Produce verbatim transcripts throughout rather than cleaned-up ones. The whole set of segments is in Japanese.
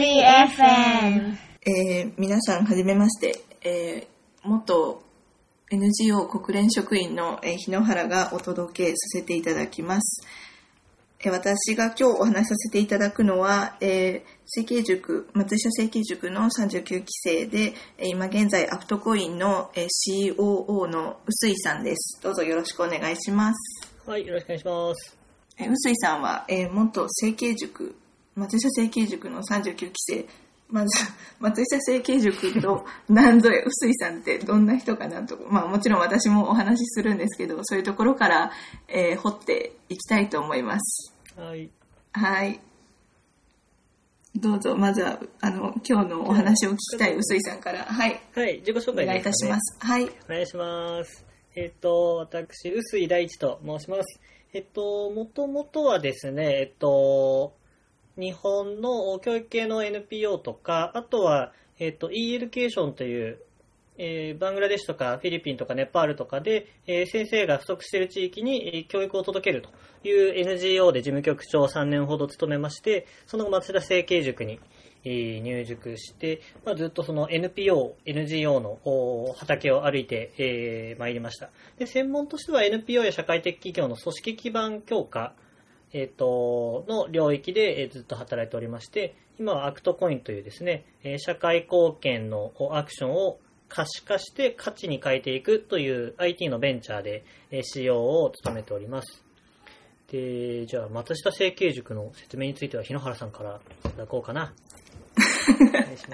リーエフエム。 えー、皆さんはじめまして、えー、元 エヌジーオー 国連職員の、えー、日野原がお届けさせていただきます。えー、私が今日お話しさせていただくのは、えー、成蹊塾、松下成蹊塾のさんじゅうきゅうきせいで、えー、今現在アプトコインの、えー、シーオーオー の臼井さんです。どうぞよろしくお願いします。 はい、よろしくお願いします。 えー、臼井さんは、えー、元成蹊塾、松下成蹊塾のさんじゅうきゅうきせい、まず松下成蹊塾と何ぞや臼井さんってどんな人かなと、まあもちろん私もお話しするんですけど、そういうところから、えー、掘っていきたいと思います。 はい。 はい。どうぞまずはあの今日のお話を聞きたい臼井さんから、はい。 はい、自己紹介ですね。 お願いいたします。はい。 お願いします。えっと私臼井大地と申します。えっともともとはですね、えっと日本の教育系の エヌピーオー とか、あとは、えっと、e エデュケーションという、えー、バングラデシュとかフィリピンとかネパールとかで、えー、先生が不足している地域に、えー、教育を届けるという エヌジーオー で事務局長をさんねんほど務めまして、その後松田成蹊塾に、えー、入塾して、まあ、ずっとその エヌピーオー、エヌジーオー の畑を歩いて、えー、参りました。で、専門としては エヌピーオー や社会的企業の組織基盤強化えっと、の領域でずっと働いておりまして、今はアクトコインというですね、社会貢献のアクションを可視化して価値に変えていくという アイティー のベンチャーで シーオー を務めております。で、じゃあ松下成蹊塾の説明については日野原さんからいただこうかな。お願いします。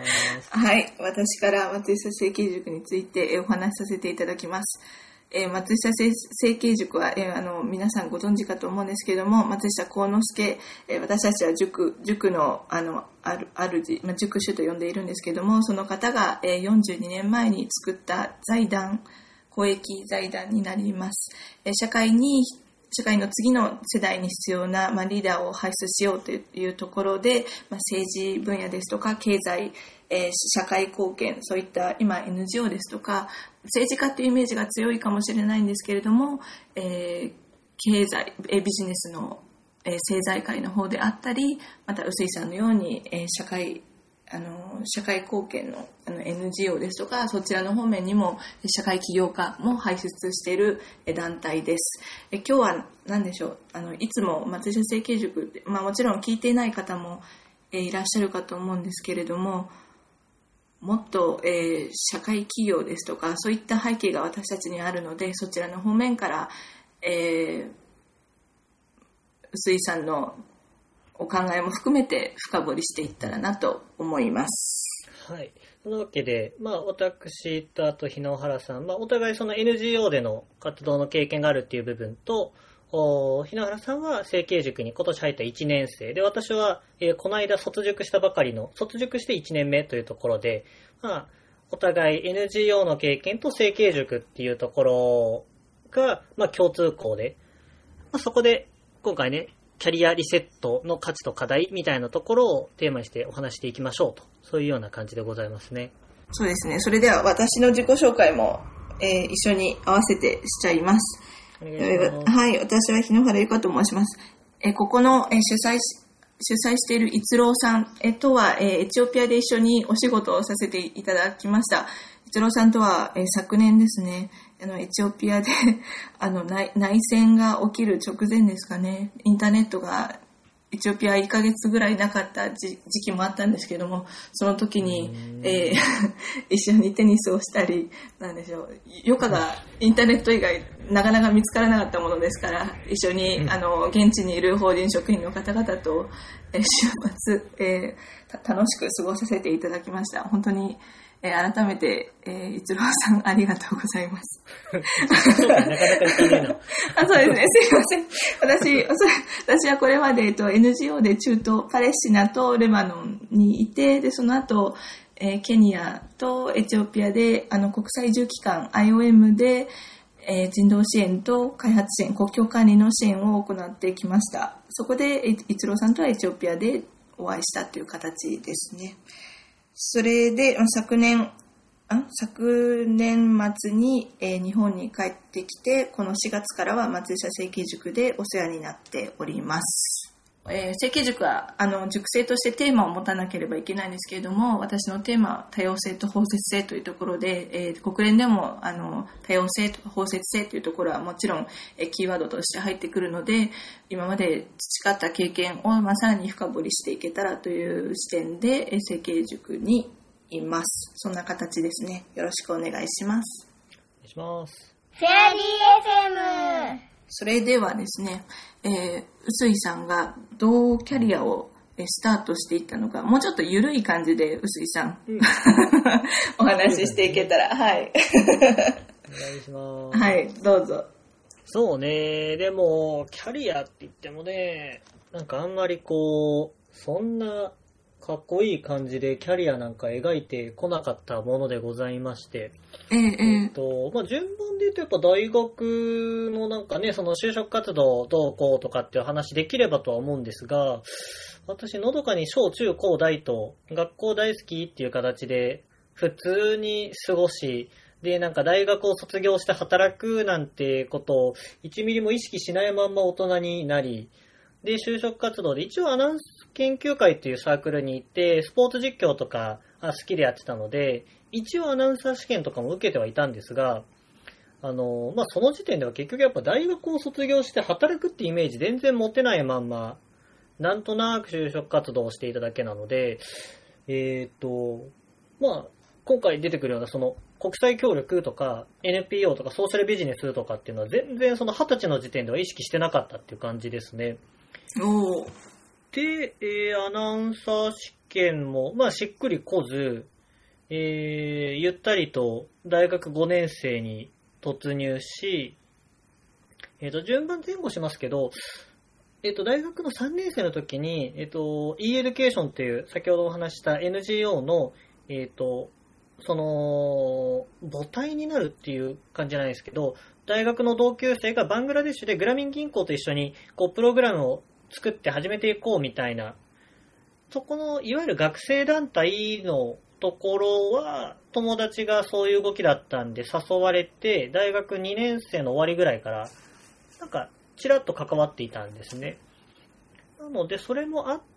はい、私から松下成蹊塾についてお話しさせていただきます。えー、松下成蹊塾は、えー、あの皆さんご存知かと思うんですけれども、松下幸之助、えー、私たちは塾塾のあのある主、まあ、塾主と呼んでいるんですけれども、その方が、えー、よんじゅうにねんまえに作った財団、公益財団になります。えー、社会に社会の次の世代に必要な、まあ、リーダーを輩出しようというところで、まあ、政治分野ですとか経済、えー、社会貢献、そういった今 エヌジーオー ですとか政治家っていうイメージが強いかもしれないんですけれども、えー、経済、えー、ビジネスの、えー、政財界の方であったり、また臼井さんのように、えー、社会あの社会貢献 の, あの エヌジーオー ですとか、そちらの方面にも社会起業家も輩出している団体です。え今日は何でしょう、あのいつも松下成蹊塾って、まあ、もちろん聞いていない方も、えー、いらっしゃるかと思うんですけれども、もっと、えー、社会企業ですとかそういった背景が私たちにあるので、そちらの方面から、えー、臼井さんのお考えも含めて深掘りしていったらなと思います。 はい。そのわけで、まあ、私とあと日野原さん、まあ、お互いその エヌジーオー での活動の経験があるっていう部分と、お日野原さんは成蹊塾に今年入ったいちねんせいで、私は、えー、この間卒塾したばかりの、卒塾していちねんめというところで、まあ、お互い エヌジーオー の経験と成蹊塾っていうところが、まあ、共通項で、まあ、そこで今回ね、キャリアリセットの価値と課題みたいなところをテーマにしてお話していきましょうと、そういうような感じでございますね。 そうですね。それでは私の自己紹介も、えー、一緒に合わせてしちゃいます。 お願いします。 はい、私は日野原由香と申します。えー、ここの、えー、主催し主催している逸郎さん、えー、とは、えー、エチオピアで一緒にお仕事をさせていただきました。逸郎さんとは、えー、昨年ですね、あのエチオピアであの 内, 内戦が起きる直前ですかね、インターネットがエチオピアいっかげつぐらいなかった時期もあったんですけども、その時に、えー、一緒にテニスをしたり、なんでしょう、余暇がインターネット以外なかなか見つからなかったものですから、一緒にあの現地にいる法人職員の方々と、えー、週末、えー、楽しく過ごさせていただきました。本当にえー、改めて、えー、逸郎さんありがとうございます。 なかなかいけないの。 あ、そうですね。すいません。私、私はこれまで、えっと、エヌジーオー で中東、パレスチナとレバノンにいて、で、その後、えー、ケニアとエチオピアで、あの、国際移住機関 アイオーエム で、えー、人道支援と開発支援、国境管理の支援を行ってきました。そこで、逸郎さんとはエチオピアでお会いしたという形ですね。それで昨年あ昨年末に、えー、日本に帰ってきて、このしがつからは松下成蹊塾でお世話になっております。 えー、成蹊塾はあの塾生としてテーマを持たなければいけないんですけれども、私のテーマは多様性と包培性というところで、えー、国連でもあの多様性とか包摂性というところはもちろん、えー、キーワードとして入ってくるので、今まで培った経験を、まあ、さらに深掘りしていけたらという視点で、えー、成蹊塾にいます。そんな形ですね。よろしくお願いします。 お願いします。 フェアリー エフエム。 それではですね、えー、臼井さんがどうキャリアをスタートしていったのか、もうちょっと緩い感じで臼井さん、うん、お話ししていけたら、はい。 お願いします。 はい、どうぞ。 そうね、でも、キャリアって言ってもね、なんかあんまりこう、そんなかっこいい感じでキャリアなんか描いてこなかったものでございまして、 えーえーえっとまあ、順番で言うとやっぱ大学のなんかね、その就職活動どうこうとかっていう話できればとは思うんですが、私のどかに小中高大と学校大好きっていう形で普通に過ごし、でなんか大学を卒業して働くなんてことをいちミリも意識しないまんま大人になり、で就職活動で一応アナウンス研究会っていうサークルに行ってスポーツ実況とか好きでやってたので、一応アナウンサー試験とかも受けてはいたんですが、あの、まあ、その時点では結局やっぱ大学を卒業して働くってイメージ全然持てないまんま、なんとなく就職活動をしていただけなので、えっと、まあ、今回出てくるようなその国際協力とか エヌピーオー とかソーシャルビジネスとかっていうのは全然その二十歳の時点では意識してなかったっていう感じですね。 おー。 で、えー、アナウンサー試験も、まあ、しっくりこず、えー、ゆったりと大学ごねん生に突入し、えっと、順番前後しますけど、えっと、大学のさんねん生の時に、えっと、e エデュケーションっていう、先ほどお話した エヌジーオー の、えっと、その、母体になるっていう感じじゃないですけど、大学の同級生がバングラデシュでグラミン銀行と一緒に、こう、プログラムを作って始めていこうみたいな、そこの、いわゆる学生団体のところは、友達がそういう動きだったんで誘われて、大学にねん生の終わりぐらいから、なんか、ちらっと関わっていたんですね。なので、それもあって、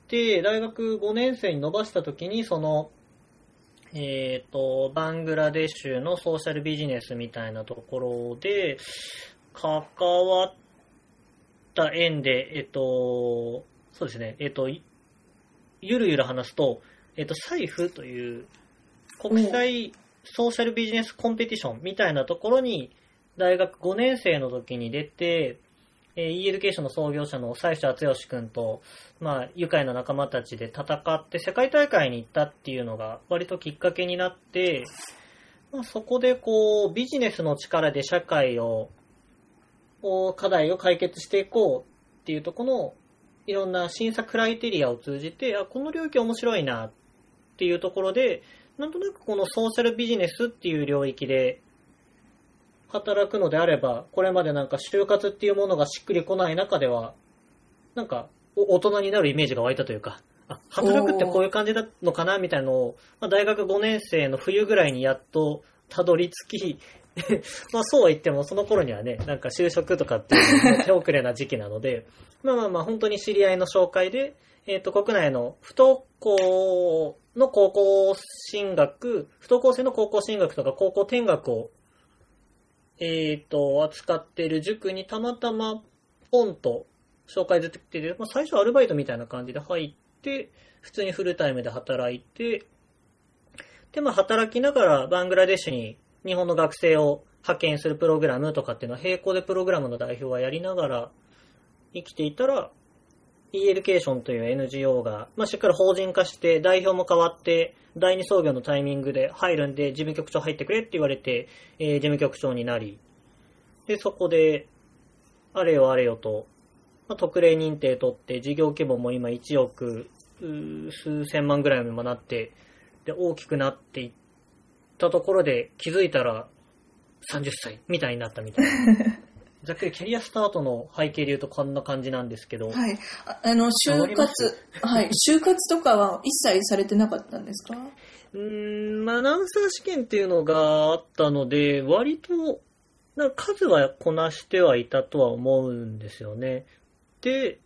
大学ごねん生に伸ばしたときに、その、えっと、バングラデシュのソーシャルビジネスみたいなところで、関わった縁で、えっと、そうですね、えっと、ゆるゆる話すと、えっと、サイフという国際ソーシャルビジネスコンペティションみたいなところに大学ごねん生の時に出て、えー、e エデュケーションの創業者の西社敦義君と、まあ、愉快な仲間たちで戦って世界大会に行ったっていうのが割ときっかけになって、まあ、そこでこうビジネスの力で社会を、課題を解決していこうっていうところのいろんな審査クライテリアを通じて、あ、この領域面白いなっていうところで、なんとなくこのソーシャルビジネスっていう領域で働くのであれば、これまでなんか就活っていうものがしっくりこない中では、なんか大人になるイメージが湧いたというか、あ、働くってこういう感じなのかなみたいなのを、まあ、大学ごねん生の冬ぐらいにやっとたどり着き、まあそうは言ってもその頃にはね、なんか就職とかっていうの手遅れな時期なので、まあまあまあ本当に知り合いの紹介で、えっと国内の不登校の高校進学、不登校生の高校進学とか高校転学をえっと扱っている塾にたまたまポンと紹介出てきて、まあ、最初アルバイトみたいな感じで入って、普通にフルタイムで働いて、でまあ働きながらバングラデシュに日本の学生を派遣するプログラムとかっていうのは並行でプログラムの代表はやりながら生きていたら e エデュケーションという エヌジーオー が、まあ、しっかり法人化して代表も変わって第二創業のタイミングで入るんで事務局長入ってくれって言われて、えー、事務局長になり、でそこであれよあれよと、まあ、特例認定取って事業規模も今いちおく数千万ぐらいにもなってで大きくなっていったところで気づいたらさんじゅっさいみたいになったみたいなざっくりキャリアスタートの背景で言うとこんな感じなんですけど、 はい、ああの就活、はい、就活とかは一切されてなかったんですか？ うーん、まあ、アナウンサー試験っていうのがあったので割となんか数はこなしてはいたとは思うんですよね。で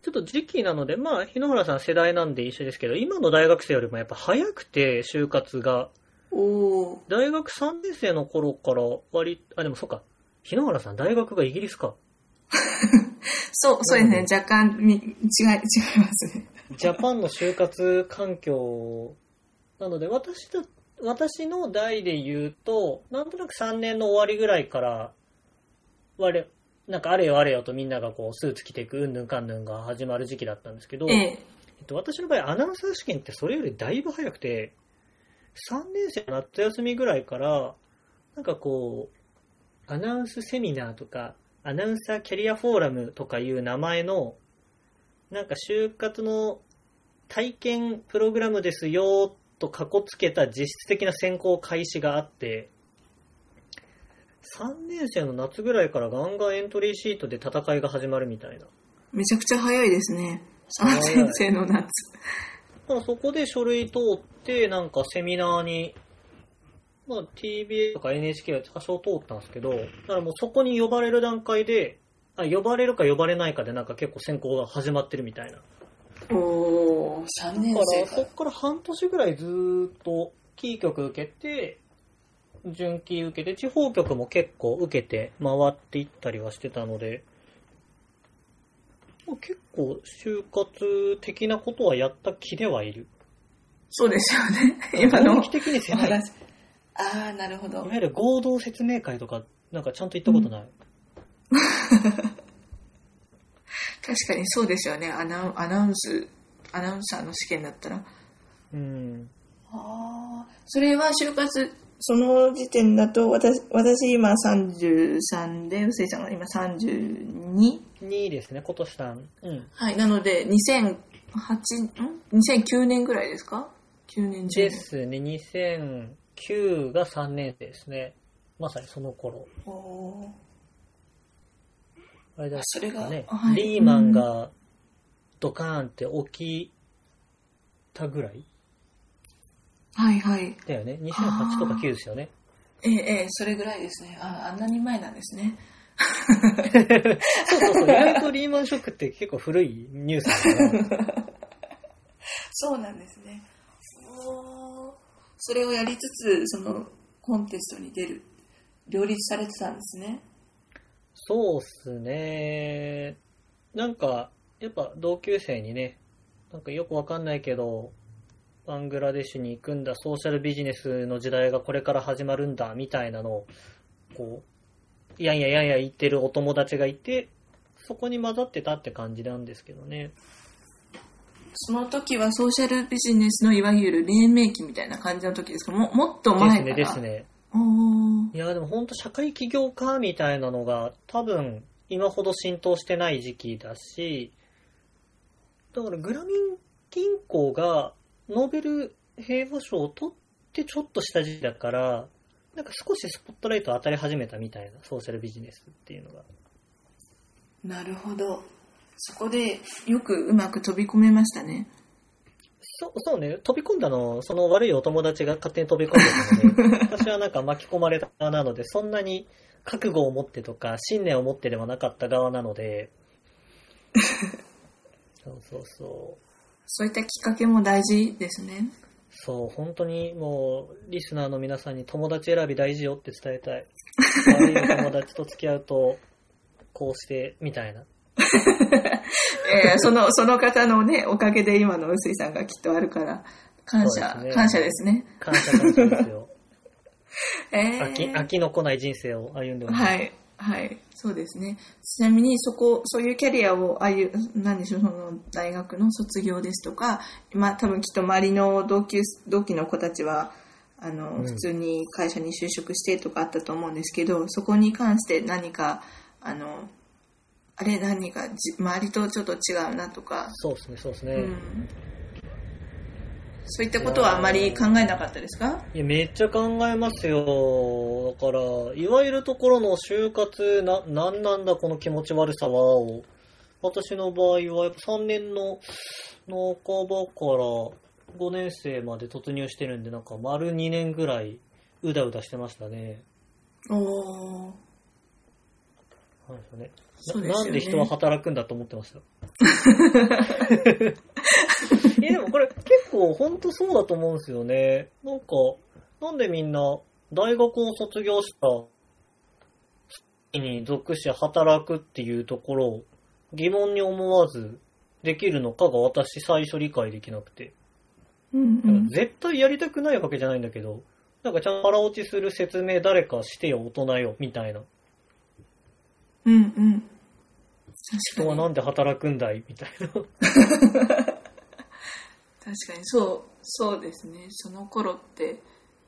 ちょっと時期なので、まあ、日野原さん世代なんで一緒ですけど、今の大学生よりもやっぱ早くて、就活が。 おー。 大学さんねん生の頃から割、あ、でもそうか。日野原さん、大学がイギリスか。 そう、そうですね。若干み違い、違いますね。 ジャパンの就活環境なので、私だ、私の代で言うと、なんとなくさんねんの終わりぐらいから、我、なんかあれよあれよとみんながこうスーツ着ていくうんぬんかんぬんが始まる時期だったんですけど、 ええ。 えっと、私の場合アナウンサー試験ってそれよりだいぶ早くて、さんねん生の夏休みぐらいから、なんかこう、アナウンスセミナーとか、アナウンサーキャリアフォーラムとかいう名前の、なんか就活の体験プログラムですよとかこつけた実質的な選考開始があって、さんねん生の夏ぐらいからガンガンエントリーシートで戦いが始まるみたいな。 めちゃくちゃ早いですね。さんねん生の夏。 まあ、そこで書類通って、なんかセミナーに、まあ、ティービーエー とか エヌエイチケー は多少通ったんですけど、だからもうそこに呼ばれる段階で、あ、呼ばれるか呼ばれないかでなんか結構選考が始まってるみたいな。 おー、さんねんだ生からそこから半年ぐらいずーっとキー局受けて、準キー受けて、地方局も結構受けて回っていったりはしてたので、結構就活的なことはやった気ではいる。 そうですよね。今の雰囲気的に狭い。 話。ああ、なるほど。 いわゆる合同説明会とか、なんかちゃんと行ったことない。 うん、確かにそうですよね。アナウアナウンス、アナウンサーの試験だったら。 うん。 ああ、それは就活、その時点だと、私、私今さんじゅうさんで、うすいさんが今さんじゅうに？ にですね、今年さん。うん。 はい、なので、にせんはち、ん ?にせんきゅう 年ぐらいですか ?きゅう 年、じゅうねん。 ですね、にせんきゅうがさんねん生ですね。まさにその頃。 おあれだったね、 はい、 リーマンがドカーンって起きたぐらい、 はいはい。 だよね。にせんはちとかきゅうですよね。 ええええ、それぐらいですね。あ、あんなに前なんですね。 そうそうそう。意外とリーマンショックって結構古いニュースだから。 そうなんですね。おー、それをやりつつ、そのコンテストに出る、両立されてたんですね。 そうっすね。なんか、やっぱ同級生にね、なんかよくわかんないけど、バングラデシュに行くんだ、ソーシャルビジネスの時代がこれから始まるんだ、みたいなのを、こう、いやいやいやいや言ってるお友達がいて、そこに混ざってたって感じなんですけどね。 その時はソーシャルビジネスのいわゆる黎明期みたいな感じの時ですか？ももっと前から。 ですね、ですね。 おいや、でも本当社会起業家みたいなのが多分今ほど浸透してない時期だし、だからグラミン銀行がノーベル平和賞を取ってちょっとした時期だから、なんか少しスポットライト当たり始めたみたいな、ソーシャルビジネスっていうのが。 なるほど。そこでよくうまく飛び込めましたね。 そう、そうね。飛び込んだの、その悪いお友達が勝手に飛び込んでたので、私はなんか巻き込まれた側なので、そんなに覚悟を持ってとか、信念を持ってではなかった側なので、そうそうそう。 そういったきっかけも大事ですね。 そう、本当にもう、リスナーの皆さんに友達選び大事よって伝えたい。悪いお友達と付き合うと、こうして、みたいな。 えー、その、その方のね、おかげで今の臼井さんがきっとあるから、感謝、ね、感謝ですね。 感謝感謝ですよ。 えー、 飽き、飽きの来ない人生を歩んでおります。 はい、はい、そうですね。ちなみに、そこ、そういうキャリアを歩、なんでしょう、その大学の卒業ですとか、まあ多分きっと周りの同級、同期の子たちは、あの、うん、普通に会社に就職してとかあったと思うんですけど、そこに関して何か、あの、あれ何か周りとちょっと違うなとか。 そうですね、そうですね、うん。 そういったことはあまり考えなかったですか？ いや、めっちゃ考えますよ。だから、いわゆるところの就活、な、なんなんだこの気持ち悪さはを、私の場合はやっぱさんねんの半ばからごねん生まで突入してるんで、なんか丸にねんぐらいうだうだしてましたね。 おー。 なんですよね。 そうですよね。 なんで人は働くんだと思ってました。え、でもこれ結構本当そうだと思うんですよね。なんか、なんでみんな大学を卒業した時に属して働くっていうところを疑問に思わずできるのかが私最初理解できなくて。 うんうん、 絶対やりたくないわけじゃないんだけど、なんかちゃんと腹落ちする説明誰かしてよ、大人よ、みたいな。 うんうん。確かに。 人はなんで働くんだいみたいな。確かに、そう、そうですね。その頃って、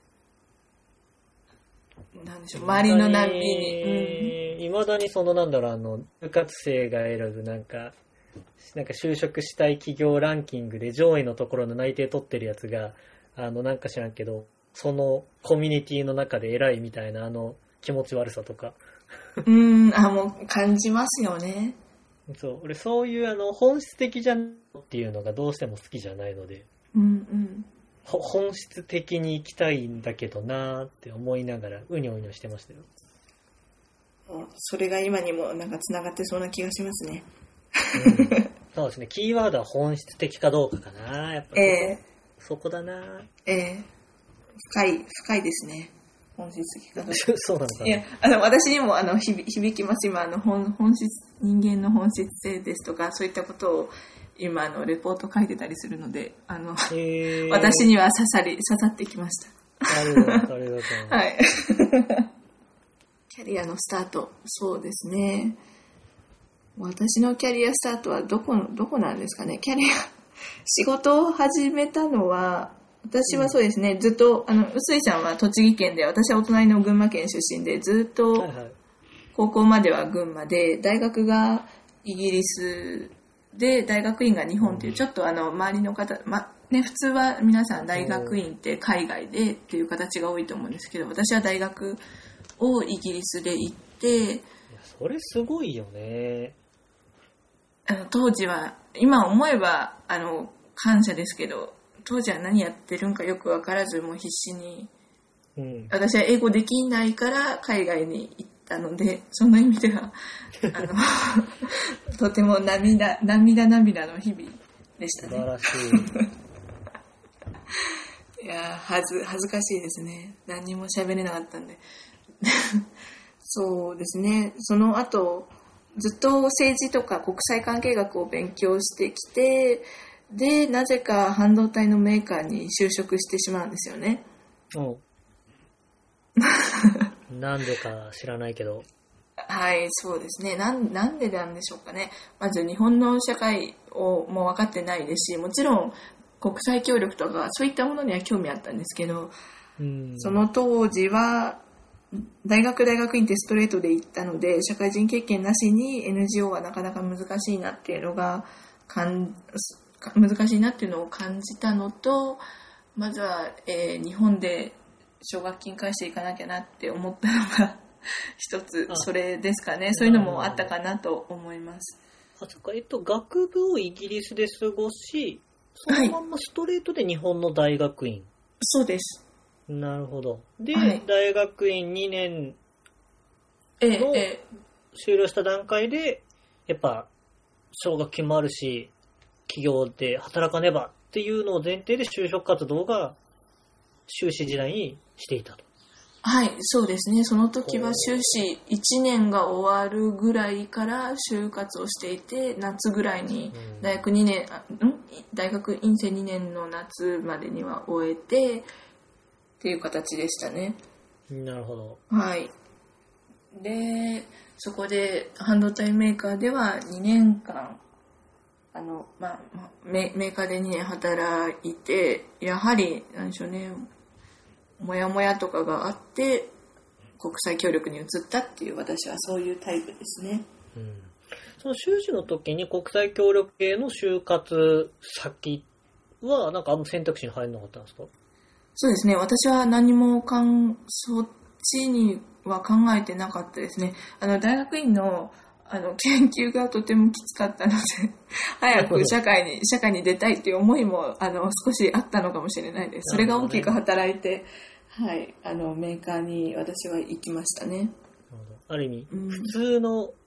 なんでしょう、周りの波に。 いま、うん、だにそのなんだろう、あの、部活生が選ぶなんか、なんか就職したい企業ランキングで上位のところの内定取ってるやつが、あの、なんか知らんけど、そのコミュニティの中で偉いみたいなあの気持ち悪さとか。 うーん、あ、もう感じますよね。 そう、俺そういうあの本質的じゃんっていうのがどうしても好きじゃないので、 うんうん、 本質的に行きたいんだけどなーって思いながらうにょうにょしてましたよ。 それが今にもなんかつながってそうな気がしますね。 うん、そうですね。キーワードは本質的かどうかかな。やっぱり、えー、そこだな。 ええー、深い深いですね。本質的かどうか。 そうなのかな。 いや、あの私にもあの響きます。今あの本本質人間の本質性ですとかそういったことを今あのレポート書いてたりするので、あの、えー、私には刺さり刺さってきました。 ありがとうございます。 はい。キャリアのスタート、そうですね。私のキャリアスタートはどこどこなんですかね。キャリア仕事を始めたのは私はそうですね、うん、ずっとあの臼井さんは栃木県で、私はお隣の群馬県出身で、ずっと高校までは群馬で、大学がイギリスで大学院が日本っていう、ちょっとあの周りの方、まね、普通は皆さん大学院って海外でっていう形が多いと思うんですけど、私は大学をイギリスで行って、 いやそれすごいよね。 あの当時は、今思えばあの感謝ですけど、当時は何やってるんかよく分からず、もう必死に、うん、私は英語できないから海外に行ったので、その意味ではあのとても涙涙涙の日々でしたね。 素晴らしい。いや恥ず恥ずかしいですね。何にも喋れなかったんで。そうですね。その後ずっと政治とか国際関係学を勉強してきて、でなぜか半導体のメーカーに就職してしまうんですよね。 おなんでか知らないけど。 はい、そうですね。なん、なんでなんでしょうかね。まず日本の社会をもう分かってないですし、もちろん国際協力とかそういったものには興味あったんですけど、うんその当時は大学大学院ってストレートで行ったので、社会人経験なしに エヌジーオー はなかなか難しいなっていうのがかん難しいなっていうのを感じたのと、まずは、えー、日本で奨学金返していかなきゃなって思ったのが一つそれですかね。そういうのもあったかなと思います。 あ、そっか。えっと学部をイギリスで過ごし、そのまんまストレートで日本の大学院。はい、 そうです。 なるほど。で、はい、大学院にねんの終了した段階で、やっぱ奨学金もあるし、企業で働かねばっていうのを前提で就職活動が修士時代にしていたと。 はい、そうですね。その時は修士いちねんが終わるぐらいから就活をしていて、夏ぐらいに大学にねん、ん大学院生にねんの夏までには終えてっていう形でしたね。 なるほど。 はい。で、そこで半導体メーカーではにねんかんあの、まあ、メ, メーカーでにねん働いて、やはり何でしょうね、もやもやとかがあって国際協力に移ったっていう、私はそういうタイプですね。 うん、その修士の時に国際協力系の就活先はなんかあんま選択肢に入らなかったんですか？ そうですね。私は何もかんそっちには考えてなかったですね。あの大学院のあの研究がとてもきつかったので早く社会に社会に出たいっていう思いもあの少しあったのかもしれないです。それが大きく働いて、はい、あのメーカーに私は行きましたね。 ある意味、うん、普通の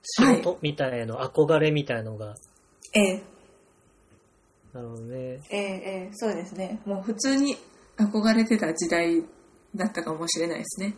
仕事みたいな、はい、憧れみたいのが。 ええ。 なるほどね。 ええ、ええ、そうですね。もう普通に憧れてた時代だったかもしれないですね。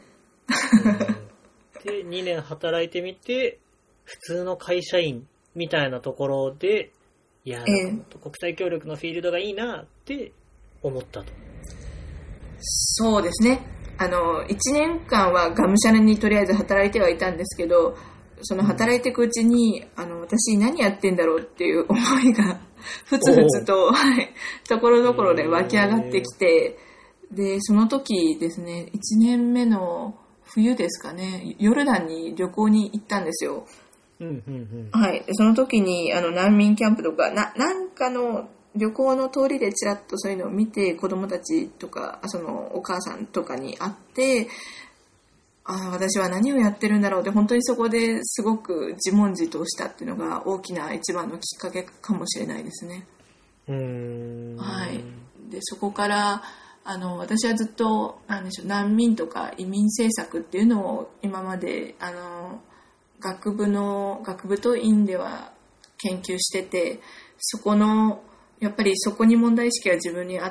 で、にねん働いてみて、普通の会社員みたいなところで、いや、なんかもっと国際協力のフィールドがいいなって思ったと。 そうですね。あの、いちねんかんはがむしゃらにとりあえず働いてはいたんですけど、その働いていくうちに、あの、私何やってんだろうっていう思いが、ふつふつと、はい、ところどころで湧き上がってきて、で、その時ですね、いちねんめの冬ですかね、ヨルダンに旅行に行ったんですよ。 うんうんうん、 はい。その時に、あの、難民キャンプとか、な、なんかの旅行の通りでちらっとそういうのを見て、子供たちとか、その、お母さんとかに会って、ああ、私は何をやってるんだろうって、本当にそこですごく自問自答したっていうのが大きな一番のきっかけかもしれないですね。 うーん。 はい。で、そこから、あの、私はずっと、なんでしょう、難民とか移民政策っていうのを今まで、あの、学部の、学部と院では研究してて、そこの、やっぱりそこに問題意識が自分にあって、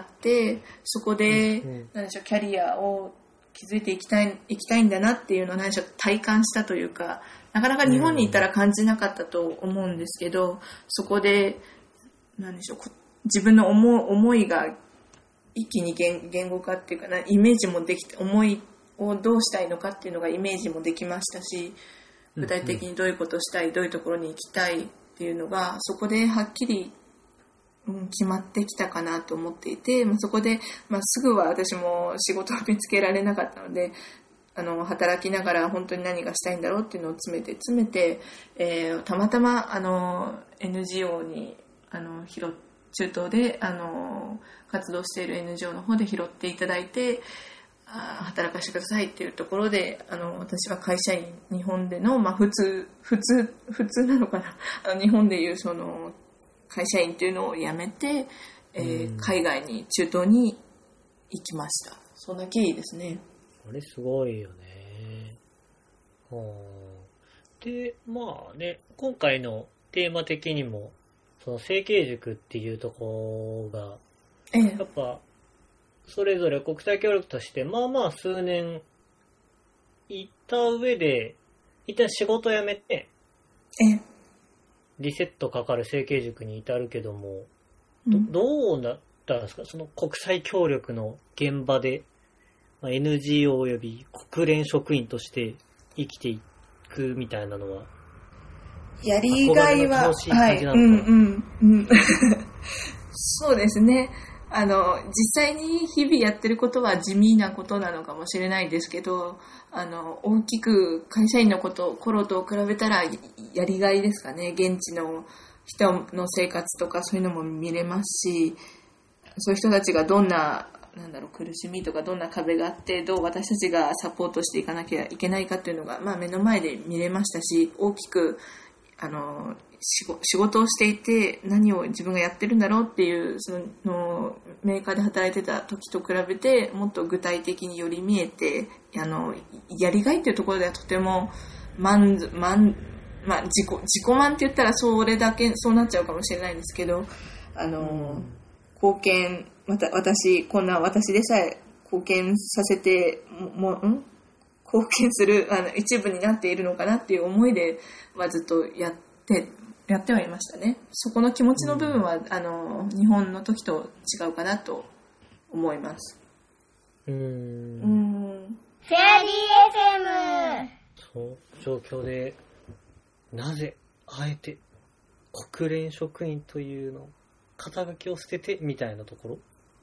そこで、うんうん、なんでしょう、キャリアを築いていきたい、いきたいんだなっていうのを何でしょう、体感したというか、なかなか日本にいたら感じなかったと思うんですけど、そこで、なんでしょう、自分の思う、思いが一気に 言, 言語化っていうかな、イメージもできて、思いをどうしたいのかっていうのがイメージもできましたし、具体的にどういうことをしたい、どういうところに行きたいっていうのが、そこではっきり、うん、決まってきたかなと思っていて、まあ、そこで、まあ、すぐは私も仕事を見つけられなかったので、あの働きながら本当に何がしたいんだろうっていうのを詰めて詰めて、えー、たまたまあの エヌジーオー にあの拾中東であの活動している エヌジーオー の方で拾っていただいて、あ働かせてくださいっていうところで、あの私は会社員、日本での、まあ、普通普通普通なのかな、あの日本でいうその会社員っていうのを辞めて、えー、海外に中東に行きました。そんな経緯ですね。 これすごいよね。はあ、で、まあね、今回のテーマ的にもその成蹊塾っていうところが、 ええ、 やっぱそれぞれ国際協力としてまあまあ数年行った上で一旦仕事辞めて、 ええ、 リセットかかる成蹊塾に至るけども、ど, どうなったんですか、その国際協力の現場で、まあ、エヌジーオー および国連職員として生きていくみたいなのは、 やりがいは、はい、うんうんうん、そうですね。あの実際に日々やってることは地味なことなのかもしれないですけど、あの大きく会社員のこと頃と比べたらやりがいですかね。現地の人の生活とかそういうのも見れますし、そういう人たちがどんな、なんだろう、苦しみとかどんな壁があってどう私たちがサポートしていかなきゃいけないかっていうのが、まあ、目の前で見れましたし、大きくあの仕事をしていて何を自分がやってるんだろうっていうそのメーカーで働いてた時と比べてもっと具体的により見えて、あのやりがいっていうところではとても満足、満まあ、自己自己満って言ったらそれだけそうなっちゃうかもしれないんですけど、あの、うん、貢献また私こんな私でさえ貢献させてもん貢献するあの一部になっているのかなっていう思いで、まあ、ずっとやってやってはいましたね。そこの気持ちの部分は、うん、あの日本の時と違うかなと思います。 うーん。 うーん。 フェアリー エフエム。 そう状況でなぜあえて国連職員というの肩書きを捨ててみたいなところ。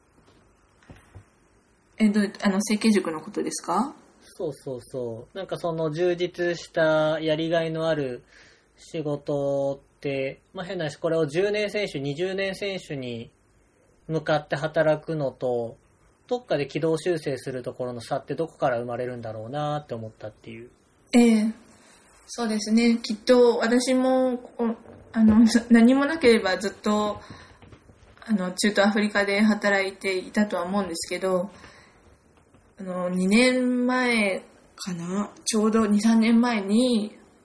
えどうあの成蹊塾のことですか？ そうそうそう。なんかその充実したやりがいのある仕事って、まあ、変な話、これをじゅうねん選手、にじゅうねん選手に向かって働くのと、どっかで軌道修正するところの差ってどこから生まれるんだろうなって思ったっていう。 ええ、そうですね。きっと私もあの何もなければずっとあの中東アフリカで働いていたとは思うんですけど、あのにねんまえかな、ちょうど にさんねんまえに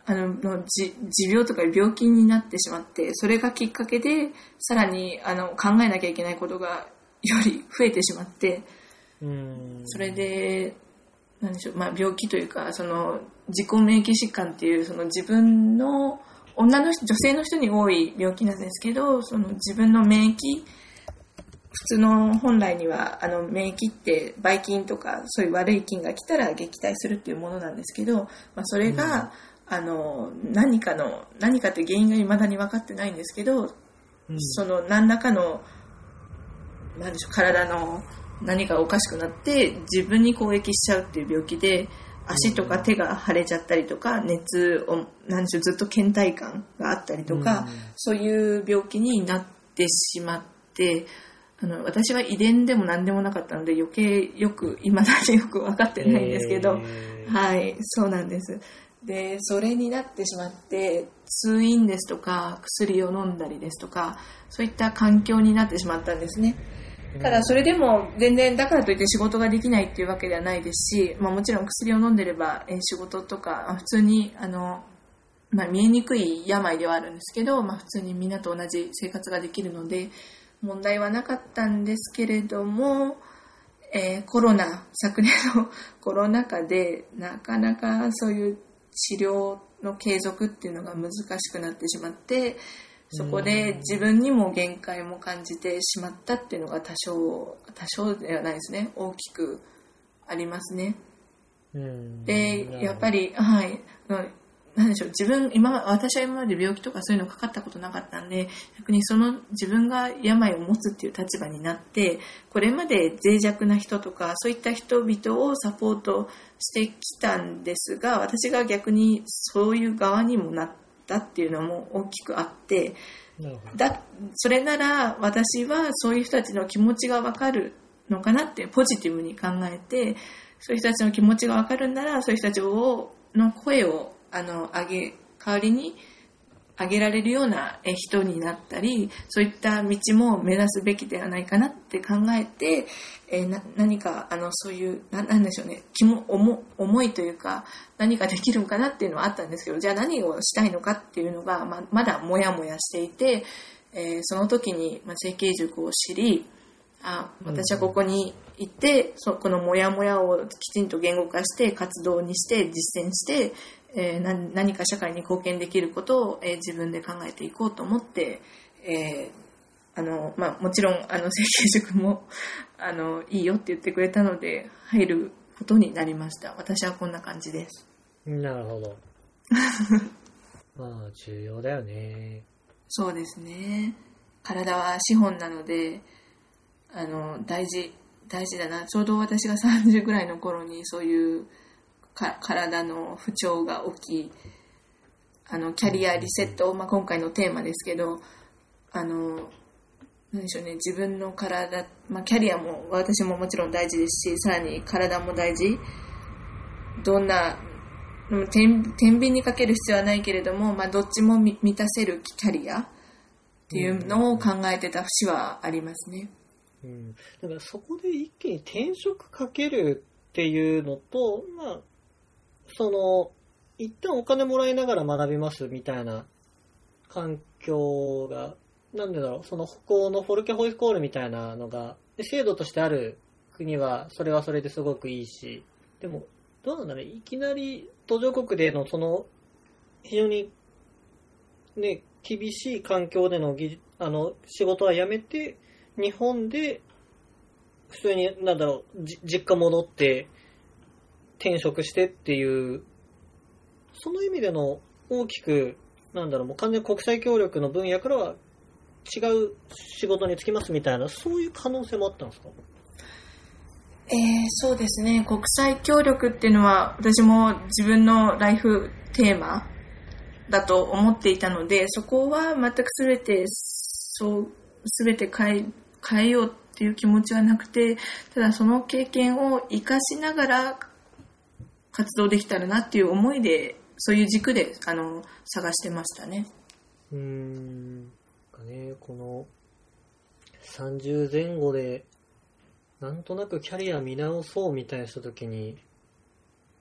あののじ持病とか病気になってしまって、それがきっかけでさらにあの考えなきゃいけないことがより増えてしまって、 うーんそれでなんでしょう、まあ、病気というかその自己免疫疾患っていうその自分の女の人女性の人に多い病気なんですけど、その自分の免疫、普通の本来にはあの免疫ってばい菌とかそういう悪い菌が来たら撃退するっていうものなんですけど、まあ、それが、うん、あの何かの何かって原因が未だに分かってないんですけど、うん、その何らかのなんでしょう、体の何かおかしくなって自分に攻撃しちゃうっていう病気で、足とか手が腫れちゃったりとか、熱をなんでしょう、ずっと倦怠感があったりとか、うん、そういう病気になってしまって、あの私は遺伝でも何でもなかったので余計よく未だによく分かってないんですけど、えー、はいそうなんです。でそれになってしまって通院ですとか薬を飲んだりですとかそういった環境になってしまったんですね。ただそれでも全然だからといって仕事ができないっていうわけではないですし、まあ、もちろん薬を飲んでれば仕事とか普通にあの、まあ、見えにくい病ではあるんですけど、まあ、普通にみんなと同じ生活ができるので問題はなかったんですけれども、えー、コロナ昨年のコロナ禍でなかなかそういう治療の継続っていうのが難しくなってしまって、そこで自分にも限界も感じてしまったっていうのが多少多少ではないですね、大きくありますね。うんでやっぱりはいなんでしょう、自分今私は今まで病気とかそういうのかかったことなかったんで、逆にその自分が病を持つっていう立場になって、これまで脆弱な人とかそういった人々をサポートしてきたんですが、私が逆にそういう側にもなったっていうのも大きくあって、だそれなら私はそういう人たちの気持ちが分かるのかなってポジティブに考えて、そういう人たちの気持ちが分かるんならそういう人たちをの声をあの上げ代わりに上げられるような人になったり、そういった道も目指すべきではないかなって考えて、えー、な何かあのそういうななんでしょうね、気も思思いというか何かできるのかなっていうのはあったんですけど、じゃあ何をしたいのかっていうのが ま, まだもやもやしていて、えー、その時に、まあ、整形塾を知り、あ私はここに行って、うん、そこのモヤモヤをきちんと言語化して活動にして実践して、えー、何, 何か社会に貢献できることを、えー、自分で考えていこうと思って、えーあのまあ、もちろんあの整形塾もあのいいよって言ってくれたので入ることになりました。私はこんな感じです。 なるほどまあ重要だよね。 そうですね、体は資本なのであの大事大事だな。ちょうど私がさんじゅうぐらいの頃にそういうか体の不調が起き、あのキャリアリセット、まあ、今回のテーマですけど、あのなんでしょうね、自分の体、まあ、キャリアも私ももちろん大事ですし、さらに体も大事。どんな天秤にかける必要はないけれども、まあ、どっちも満たせるキャリアっていうのを考えてた節はありますね。 うん、だからそこで一気に転職かけるっていうのと、まあその一旦お金もらいながら学びますみたいな環境が、なんでだろう、その北欧のフォルケホイスコールみたいなのが制度としてある国はそれはそれですごくいいし、でもどうなんだろう、いきなり途上国でのその非常にね厳しい環境での技あの仕事はやめて日本で普通になんだろう実家戻って転職してっていう、その意味での大きくなんだろう、もう完全に国際協力の分野からは違う仕事に就きますみたいな、そういう可能性もあったんですか？ えー、そうですね、国際協力っていうのは私も自分のライフテーマだと思っていたので、そこは全く全てそう全て変え、変えようっていう気持ちはなくて、ただその経験を生かしながら活動できたらなっていう思いで、そういう軸であの探してましたね。 うーん、かね、このさんじゅうぜん後でなんとなくキャリア見直そうみたいなした時に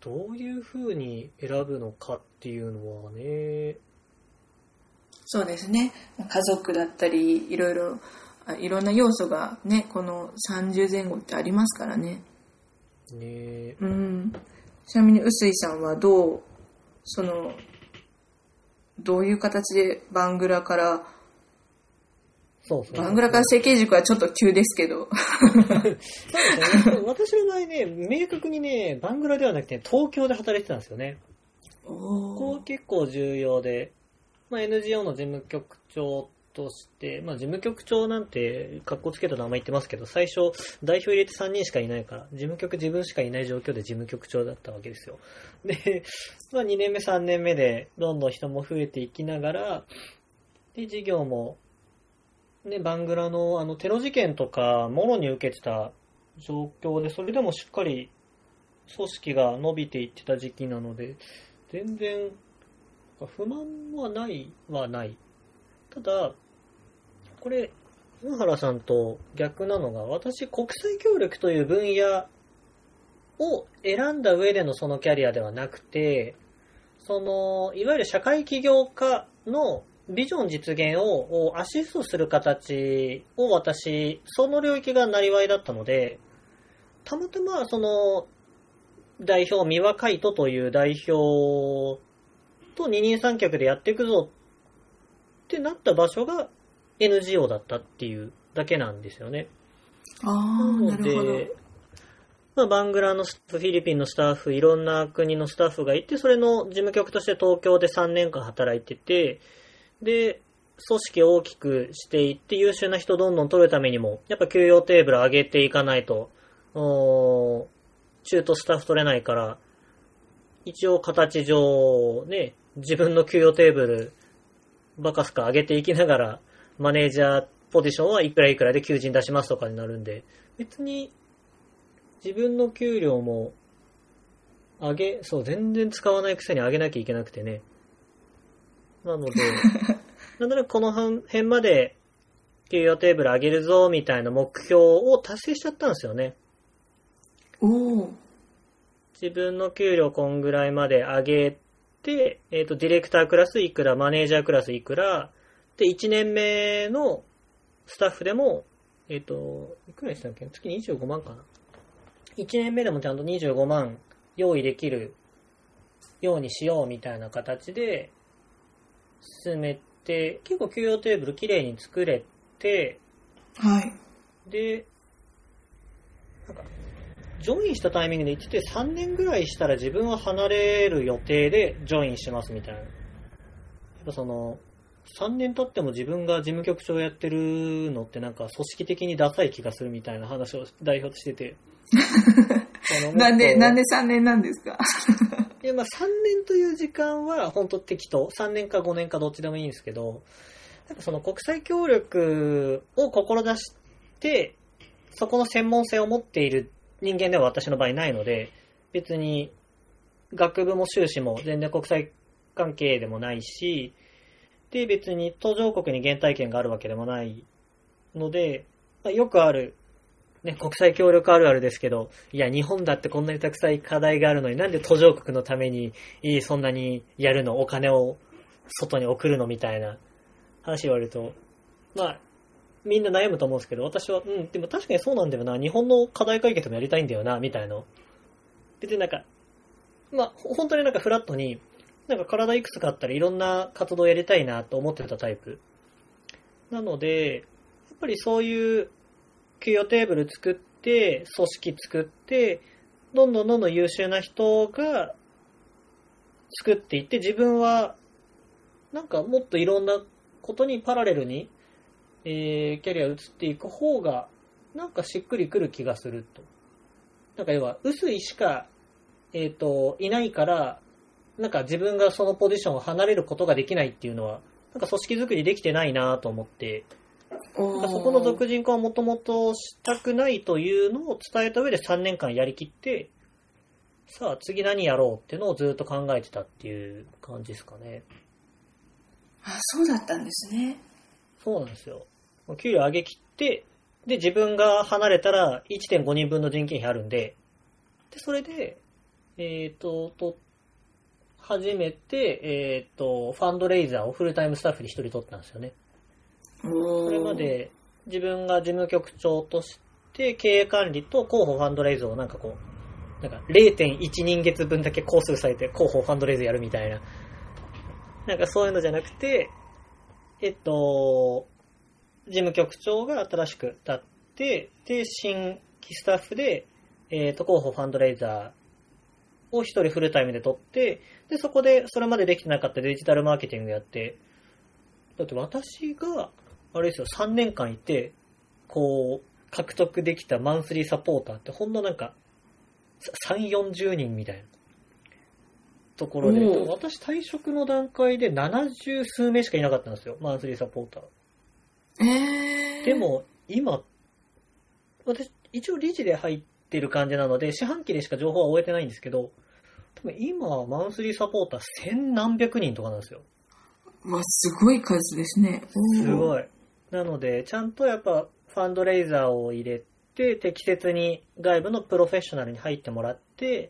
どういう風に選ぶのかっていうのはね。 そうですね。家族だったり、いろいろ、いろんな要素がね、このさんじゅうぜん後ってありますからね。 ね。 うん。ちなみに、臼井さんはどう、その、どういう形でバングラから、 そうそうそうバングラから成形塾はちょっと急ですけど。 そうですね。私の場合ね、明確にね、バングラではなくて、東京で働いてたんですよね。 おここ結構重要で、まあ、エヌジーオー の事務局長として、まあ、事務局長なんて、格好つけた名前言ってますけど、最初、代表入れてさんにんしかいないから、事務局自分しかいない状況で事務局長だったわけですよ。で、まあ、にねんめ、さんねんめで、どんどん人も増えていきながら、で、事業も、ね、バングラのあのテロ事件とか、もろに受けてた状況で、それでもしっかり組織が伸びていってた時期なので、全然不満はないはない。ただ、これ、野原さんと逆なのが、私、国際協力という分野を選んだ上でのそのキャリアではなくて、その、いわゆる社会起業家のビジョン実現をアシストする形を私、その領域がなりわいだったので、たまたまその代表、三輪海斗という代表と二人三脚でやっていくぞってなった場所が エヌジーオー だったっていうだけなんですよね。 ああ、なるほど。 まあ、バングラのスタッフ、フィリピンのスタッフ、いろんな国のスタッフがいて、それの事務局として東京でさんねんかん働いてて、で、組織を大きくしていって優秀な人どんどん取るためにも、やっぱ給与テーブル上げていかないと、中途スタッフ取れないから、一応形上、ね、自分の給与テーブル、バカすか上げていきながら、マネージャーポジションはいくらいくらで求人出しますとかになるんで、別に自分の給料も上げ、そう、全然使わないくせに上げなきゃいけなくてね。なので、なんとなくこの辺まで給与テーブル上げるぞみたいな目標を達成しちゃったんですよね。 おお。 自分の給料こんぐらいまで上げて、えっと、ディレクタークラスいくら、マネージャークラスいくら、で、いちねんめのスタッフでも、えっと、いくらでしたっけ？月にじゅうごまんかな。いちねんめでもちゃんとにじゅうごまん用意できるようにしようみたいな形で進めて、結構給与テーブルきれいに作れて、 はい。 で、なんか、ジョインしたタイミングで言っててさんねんぐらいしたら自分は離れる予定でジョインしますみたいな。やっぱその、さんねん経っても自分が事務局長やってるのってなんか組織的にダサい気がするみたいな話を代表としてて。 なんで、なんでさんねんなんですか？ いやまあさんねんという時間は本当適当。さんねんかごねんかどっちでもいいんですけど、なんかその国際協力を志して、そこの専門性を持っている人間では私の場合ないので、別に学部も修士も全然国際関係でもないし、で別に途上国に原体験があるわけでもないので、まあ、よくある、ね、国際協力あるあるですけど、いや日本だってこんなにたくさん課題があるのになんで途上国のためにそんなにやるの、お金を外に送るのみたいな話言われると、まあみんな悩むと思うんですけど、私は、うん、でも確かにそうなんだよな、日本の課題解決もやりたいんだよな、みたいな。別になんか、まあ、本当になんかフラットに、なんか体いくつかあったらいろんな活動やりたいなと思ってたタイプ。なので、やっぱりそういう給与テーブル作って、組織作って、どんどんどんどん優秀な人が作っていって、自分は、なんかもっといろんなことにパラレルに、えー、キャリア移っていく方がなんかしっくりくる気がすると。なんか要は臼井しか、えーと、いないからなんか自分がそのポジションを離れることができないっていうのはなんか組織作りできてないなと思って、なんかそこの属人化をもともとしたくないというのを伝えた上でさんねんかんやりきって、さあ次何やろうっていうのをずっと考えてたっていう感じですかね。 あ、そうだったんですね。 そうなんですよ。給料上げ切って、で、自分が離れたら いってんごにんぶんの人件費あるんで、で、それで、 えっ、ー、と、と、初めて、えっ、ー、と、ファンドレイザーをフルタイムスタッフで一人取ったんですよね。それまで自分が事務局長として経営管理と広報ファンドレイズをなんかこう、なんか れいてんいち 人月分だけ工数されて広報ファンドレイズやるみたいな。なんかそういうのじゃなくて、えっと、事務局長が新しく立って、で、新規スタッフで、えっと、広報ファンドレイザーを一人フルタイムで取って、で、そこでそれまでできてなかったデジタルマーケティングやって、だって私が、あれですよ、さんねんかんいて、こう、獲得できたマンスリーサポーターってほんのなんか、さんじゅう、よんじゅうにんみたいなところで、私退職の段階でななじゅう数名しかいなかったんですよ、マンスリーサポーター。 えー、 でも、今、私、一応理事で入ってる感じなので、四半期でしか情報は終えてないんですけど、多分今、マンスリーサポーター千何百人とかなんですよ。 わ、すごい数ですね。 すごい。なので、ちゃんとやっぱファンドレイザーを入れて、適切に外部のプロフェッショナルに入ってもらって、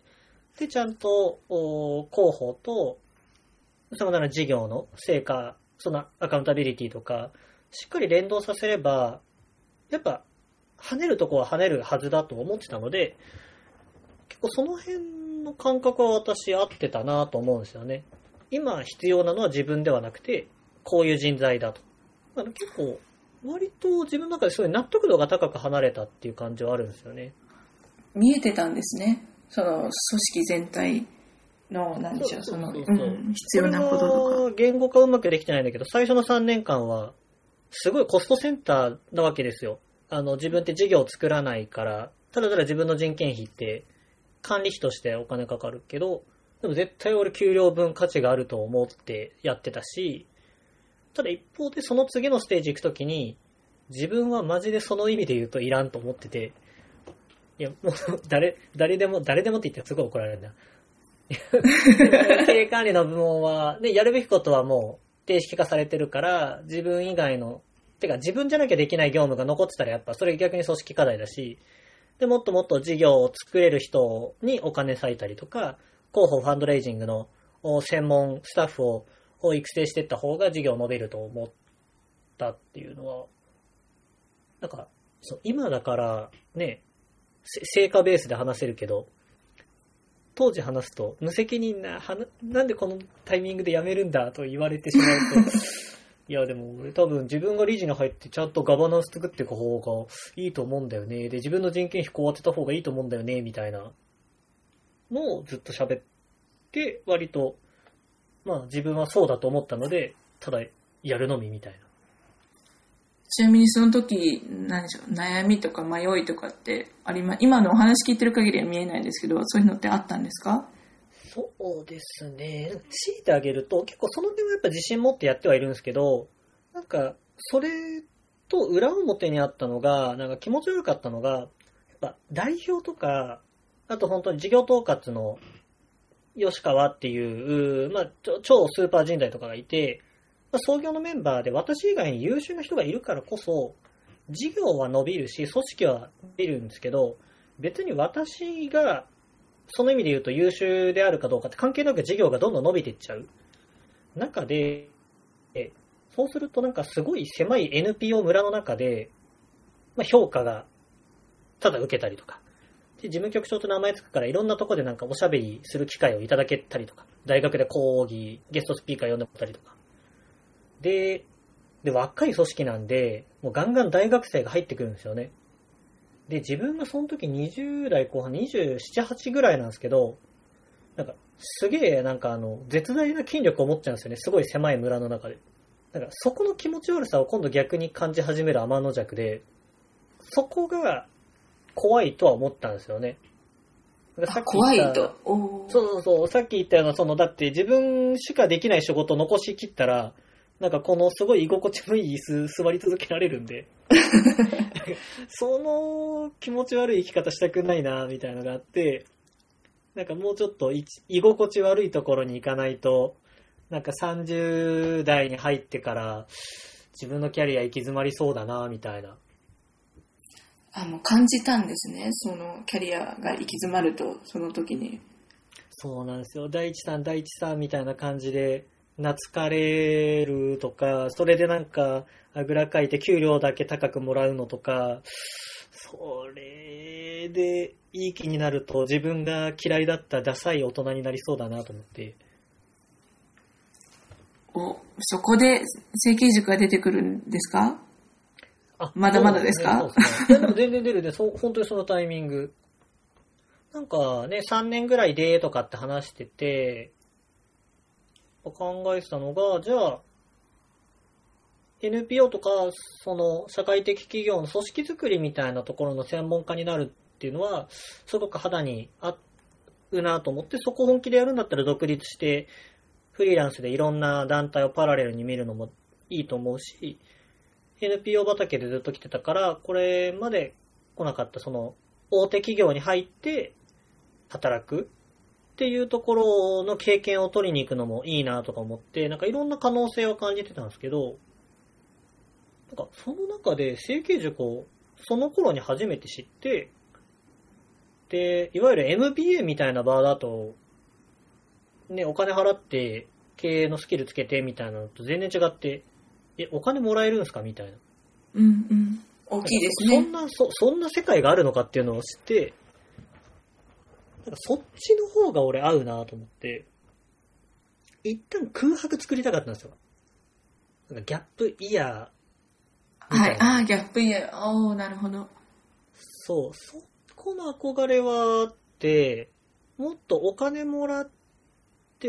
で、ちゃんと広報と、その他の事業の成果、そのアカウンタビリティとか、しっかり連動させれば、やっぱ跳ねるとこは跳ねるはずだと思ってたので、結構その辺の感覚は私合ってたなと思うんですよね。今必要なのは自分ではなくて、こういう人材だと。だから結構、割と自分の中ですごい納得度が高く離れたっていう感じはあるんですよね。 見えてたんですね。その組織全体の、なんでしょう、その、必要なこととか。 言語化うまくできてないんだけど、最初のさんねんかんは、すごいコストセンターなわけですよ。あの、自分って事業を作らないから、ただただ自分の人件費って管理費としてお金かかるけど、でも絶対俺給料分価値があると思ってやってたし、ただ一方でその次のステージ行くときに、自分はマジでその意味で言うといらんと思ってて、いや、もう誰、誰でも、誰でもって言ったらすごい怒られるんだ。経営管理の部門は、で、やるべきことはもう定式化されてるから、自分以外の、てか自分じゃなきゃできない業務が残ってたらやっぱそれ逆に組織課題だし、で、もっともっと事業を作れる人にお金割いたりとか、広報ファンドレイジングの専門スタッフを育成していった方が事業伸びると思ったっていうのは、なんか、そう今だからね、成果ベースで話せるけど、当時話すと無責任な、なんでこのタイミングで辞めるんだと言われてしまうと、いやでも俺多分自分が理事に入ってちゃんとガバナンス作っていく方がいいと思うんだよね。で、自分の人件費こう当てた方がいいと思うんだよね、みたいなのをずっと喋って、割と、まあ自分はそうだと思ったので、ただやるのみみたいな。 ちなみにその時、何でしょう、悩みとか迷いとかってありま、今のお話聞いてる限りは見えないですけど、そういうのってあったんですか？ そうですね。強いてあげると、結構その点はやっぱ自信持ってやってはいるんですけど、なんか、それと裏表にあったのが、なんか気持ち悪かったのが、やっぱ代表とか、あと本当に事業統括の吉川っていう、まあ、超スーパー人材とかがいて、まあ、創業のメンバーで私以外に優秀な人がいるからこそ、事業は伸びるし、組織は伸びるんですけど、別に私が、その意味で言うと優秀であるかどうかって関係なく事業がどんどん伸びていっちゃう中で、そうするとなんかすごい狭い エヌピーオー 村の中で、まあ、評価がただ受けたりとか、で事務局長と名前つくからいろんなとこでなんかおしゃべりする機会をいただけたりとか、大学で講義、ゲストスピーカー呼んでもらったりとか。で、で、若い組織なんで、もうガンガン大学生が入ってくるんですよね。で、自分がその時にじゅう代後半、にじゅうなな、はちぐらいなんですけど、なんか、すげえ、なんかあの、絶大な筋力を持っちゃうんですよね。すごい狭い村の中で。だから、そこの気持ち悪さを今度逆に感じ始める天の弱で、そこが怖いとは思ったんですよね。 さっき言った怖いと。 そうそうそう。さっき言ったような、その、だって自分しかできない仕事を残し切ったら、なんかこのすごい居心地のいい椅子座り続けられるんでその気持ち悪い生き方したくないなみたいなのがあって、なんかもうちょっと居心地悪いところに行かないと、なんかさんじゅう代に入ってから自分のキャリア行き詰まりそうだなみたいな。 あ、もう感じたんですね、そのキャリアが行き詰まると、その時に。 そうなんですよ。大地さん、大地さんみたいな感じで、懐かれるとか、それでなんか、あぐらかいて給料だけ高くもらうのとか、それでいい気になると自分が嫌いだったダサい大人になりそうだなと思って。 お、そこで整形塾が出てくるんですか？あ、まだまだですか？ そうですね。でも全然出るで、そう、本当にそのタイミング。なんかね、さんねんぐらいでとかって話してて、考えてたのが、じゃあ、エヌピーオー とか、その、社会的企業の組織づくりみたいなところの専門家になるっていうのは、すごく肌に合うなと思って、そこを本気でやるんだったら独立して、フリーランスでいろんな団体をパラレルに見るのもいいと思うし、エヌピーオー 畑でずっと来てたから、これまで来なかった、その、大手企業に入って働くっていうところの経験を取りに行くのもいいなとか思って、なんかいろんな可能性を感じてたんですけど、なんかその中で整形塾をその頃に初めて知って、で、いわゆる エムビーエー みたいな場だと、ね、お金払って経営のスキルつけてみたいなのと全然違って、え、お金もらえるんですかみたいな。 うんうん。大きいですね。 そんな、そ、そんな世界があるのかっていうのを知って、なんかそっちの方が俺合うなと思って、一旦空白作りたかったんですよ。なんかギャップイヤーみたいな。 はい、ああ、ギャップイヤー。おー、なるほど。 そう、そこの憧れはあって、もっとお金もらって、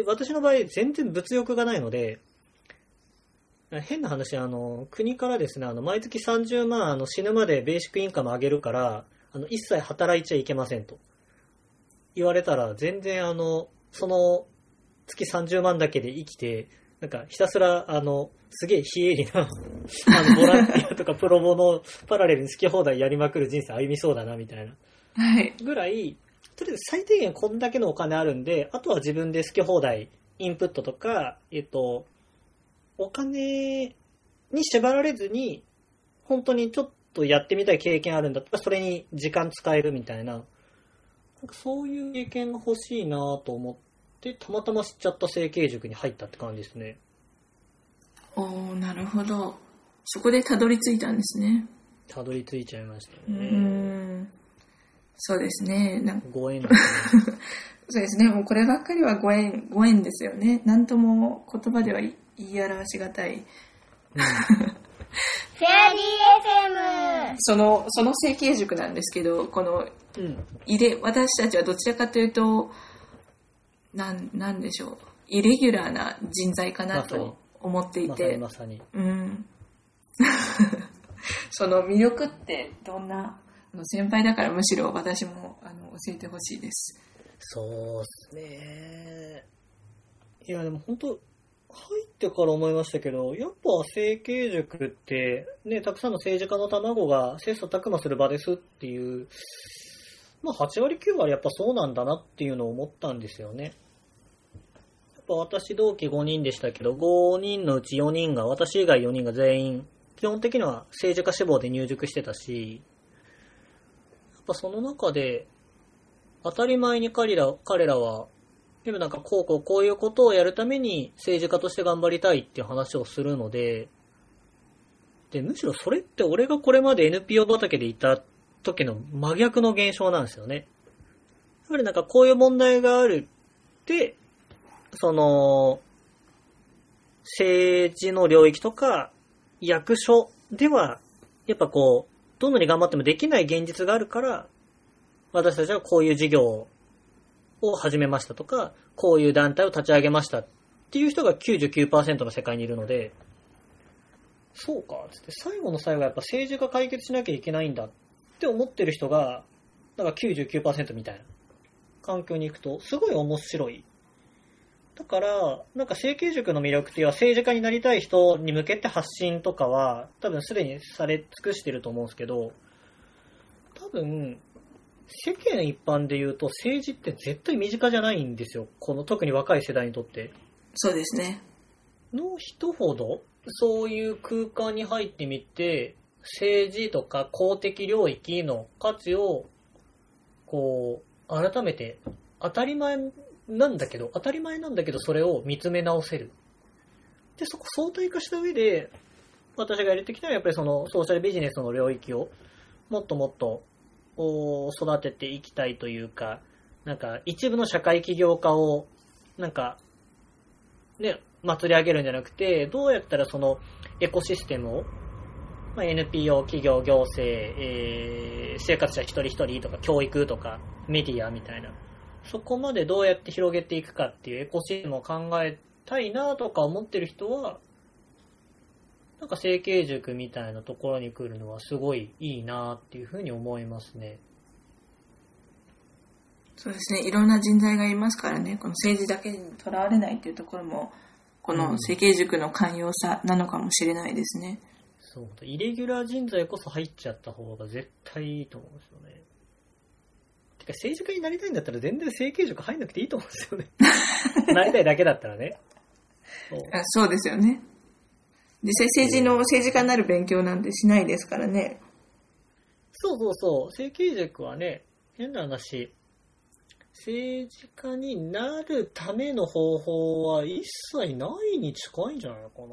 私の場合全然物欲がないので、変な話、あの、国からですね、あの、毎月さんじゅうまん、あの、死ぬまでベーシックインカム上げるから、あの、一切働いちゃいけませんと言われたら、全然あの、その月さんじゅうまんだけで生きて、なんかひたすら、あの、すげえ非営利な、あの、ボランティアとかプロボのパラレルに好き放題やりまくる人生歩みそうだな、みたいな。 はい。 ぐらい、とりあえず最低限こんだけのお金あるんで、あとは自分で好き放題、インプットとか、えっと、お金に縛られずに、本当にちょっとやってみたい経験あるんだったら、それに時間使えるみたいな、なんかそういう経験が欲しいなと思って、たまたま知っちゃった整形塾に入ったって感じですね。 おー、なるほど。そこでたどり着いたんですね。 たどり着いちゃいましたね。 うーん。そうですね。なんかご縁ですね。 そうですね。もうこればっかりはご縁、ご縁ですよね。なんとも言葉では言い表しがたい。うん、 フェアリー エフエムその、その整形塾なんですけど、この、うん、入れ、私たちはどちらかというと、なん、なんでしょう。イレギュラーな人材かなと思っていて。 まさに。 うん。その魅力ってどんな、先輩だからむしろ私もあの教えてほしいです。 そうですね。いやでも本当入ってから思いましたけど、やっぱ整形塾ってね、たくさんの政治家の卵が切磋琢磨する場ですっていう、まあはちわりきゅうわりやっぱそうなんだなっていうのを思ったんですよね。やっぱ私同期ごにんでしたけど、ごにんのうちよにんが、私以外よにんが全員基本的には政治家志望で入塾してたし、やっぱその中で当たり前に彼ら、彼らはでもなんかこうこうこういうことをやるために政治家として頑張りたいっていう話をするので、でむしろそれって俺がこれまで エヌピーオー 畑でいた時の真逆の現象なんですよね。やっぱりなんかこういう問題があるってその政治の領域とか役所ではやっぱこうどんなに頑張ってもできない現実があるから、私たちはこういう事業を始めましたとか、こういう団体を立ち上げましたっていう人が きゅうじゅうきゅうパーセント の世界にいるので、そうかつって最後の最後はやっぱ政治が解決しなきゃいけないんだって思ってる人がなんか きゅうじゅうきゅうパーセント みたいな環境に行くとすごい面白い。だからなんか整形塾の魅力っていうのは政治家になりたい人に向けて発信とかは多分すでにされ尽くしてると思うんですけど、多分世間一般で言うと政治って絶対身近じゃないんですよ。この特に若い世代にとって。 そうですね。 の人ほどそういう空間に入ってみて政治とか公的領域の価値をこう改めて当たり前なんだけど、当たり前なんだけど、それを見つめ直せる。で、そこ相対化した上で、私がやってきたのはやっぱりそのソーシャルビジネスの領域をもっともっと育てていきたいというか、なんか一部の社会起業家をなんかね、祭り上げるんじゃなくて、どうやったらそのエコシステムを、まあ、エヌピーオー、企業、行政、えー、生活者一人一人とか教育とかメディアみたいな、そこまでどうやって広げていくかっていうエコシステムを考えたいなとか思ってる人は、なんか成蹊塾みたいなところに来るのはすごいいいなっていうふうに思いますね。 そうですね。いろんな人材がいますからね。この政治だけにとらわれないっていうところも、この成蹊塾の寛容さなのかもしれないですね。 そう。イレギュラー人材こそ入っちゃった方が絶対いいと思うんですよね。てか政治家になりたいんだったら全然成蹊塾入んなくていいと思うんですよね。なりたいだけだったらね。 そう。あ、そうですよね。実際政治の政治家になる勉強なんてしないですからね。 そうそうそう。成蹊塾はね、変な話、政治家になるための方法は一切ないに近いんじゃないかな。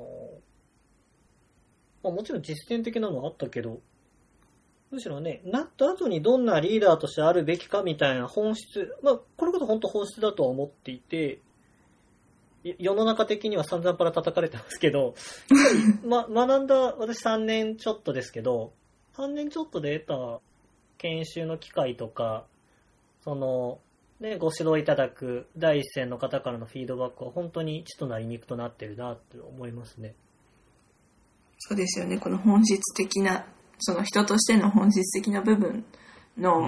まあ、もちろん実践的なのはあったけど、むしろね、なった後にどんなリーダーとしてあるべきかみたいな本質、まあ、これこそ本当本質だとは思っていて、世の中的には散々パラ叩かれてますけど、ま、学んだ、私さんねんちょっとですけど、さんねんちょっとで得た研修の機会とか、その、ね、ご指導いただく第一線の方からのフィードバックは本当に血となり肉となってるなって思いますね。 そうですよね。この本質的な、その人としての本質的な部分の、うん、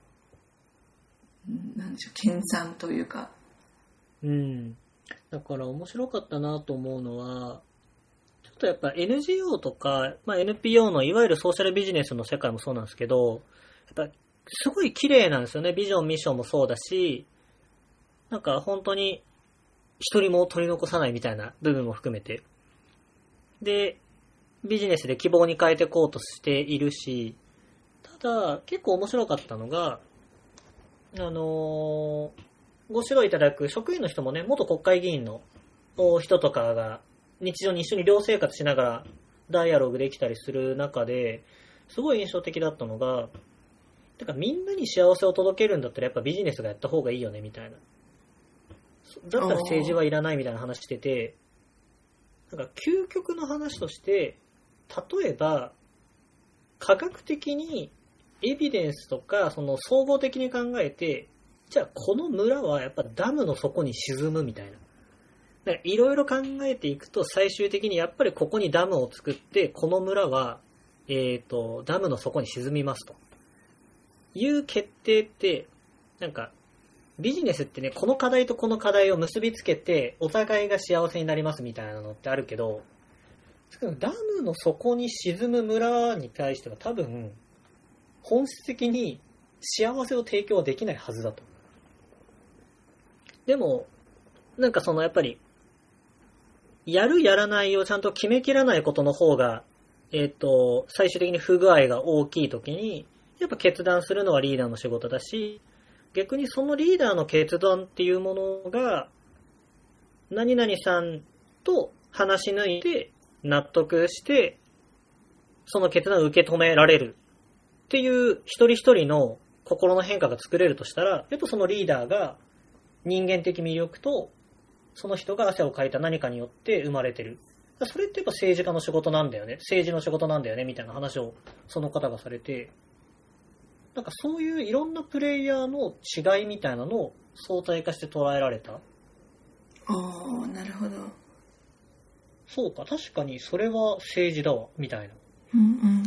なんでしょう、研鑽というか。 うん。だから面白かったなと思うのは、ちょっとやっぱ エヌジーオー とか、まあ、エヌピーオー のいわゆるソーシャルビジネスの世界もそうなんですけど、やっぱすごい綺麗なんですよね。ビジョン、ミッションもそうだし、なんか本当に一人も取り残さないみたいな部分も含めて。で、ビジネスで希望に変えていこうとしているし、ただ結構面白かったのが、あのー、ご指導いただく職員の人もね、元国会議員の人とかが日常に一緒に寮生活しながらダイアログできたりする中で、すごい印象的だったのが、てかみんなに幸せを届けるんだったらやっぱビジネスがやった方がいいよねみたいな。だったら政治はいらないみたいな話してて、なんか究極の話として、例えば科学的にエビデンスとかその総合的に考えて、じゃあこの村はやっぱダムの底に沈むみたいな。いろいろ考えていくと最終的にやっぱりここにダムを作ってこの村は、えーと、ダムの底に沈みますという決定って、なんかビジネスってね、この課題とこの課題を結びつけてお互いが幸せになりますみたいなのってあるけど、ダムの底に沈む村に対しては多分本質的に幸せを提供はできないはずだと。でもなんかそのやっぱりやるやらないをちゃんと決めきらないことの方が、えっと最終的に不具合が大きい時にやっぱ決断するのはリーダーの仕事だし、逆にそのリーダーの決断っていうものが何々さんと話し抜いて納得してその決断を受け止められるっていう一人一人の心の変化が作れるとしたら、やっぱそのリーダーが人間的魅力とその人が汗をかいた何かによって生まれてる。それってやっぱ政治家の仕事なんだよね、政治の仕事なんだよねみたいな話をその方がされて、なんかそういういろんなプレイヤーの違いみたいなのを相対化して捉えられた。 ああ、なるほど。 そうか、確かにそれは政治だわみたいな。 うんうん。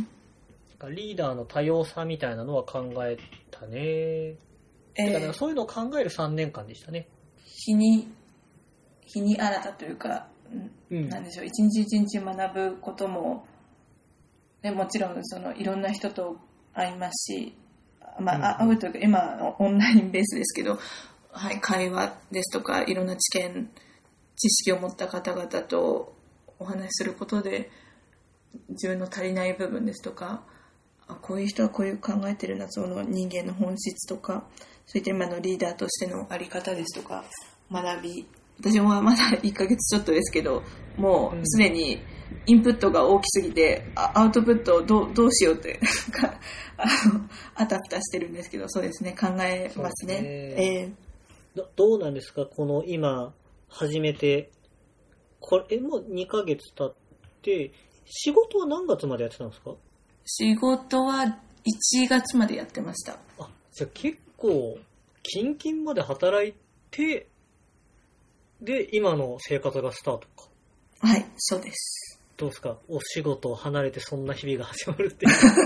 リーダーの多様さみたいなのは考えたね。えー、だからそういうのを考えるさんねんかんでしたね。 日に日に新たというか、うん、なんでしょう、一日一日学ぶことも、ね、もちろんそのいろんな人と会いますし、まあ、うん、会うというか今オンラインベースですけど、はい、会話ですとかいろんな知見知識を持った方々とお話しすることで自分の足りない部分ですとか、 あこういう人はこういう考えてるな、その人間の本質とか、そういった今のリーダーとしてのあり方ですとか学び、私もまだいっかげつちょっとですけど、もうすでにインプットが大きすぎて、あアウトプットをどう、どうしようってあのあたふたしてるんですけど、そうですね、考えますね。えー、ど, どうなんですか、この今始めてこれもうにかげつ経って、仕事は何月までやってたんですか？ 仕事はいちがつまでやってました。 あ、じゃあ結構キンキンまで働いて、で今の生活がスタートか。 はい、そうです。 どうですか、お仕事を離れてそんな日々が始まるっていう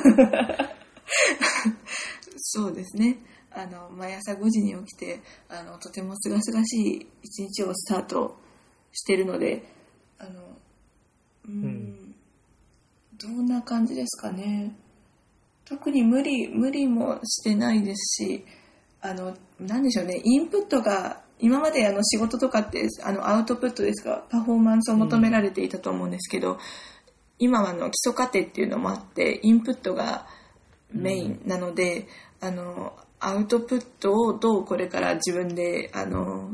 そうですね、あの毎朝ごじに起きて、あのとてもすがすがしい一日をスタートしているので、あのうーん、うんどんな感じですかね。特に無理無理もしてないですし、あのなんでしょうね、インプットが今まであの仕事とかってあのアウトプットですがパフォーマンスを求められていたと思うんですけど、うん、今はあの基礎過程っていうのもあってインプットがメインなので、うん、あのアウトプットをどうこれから自分であの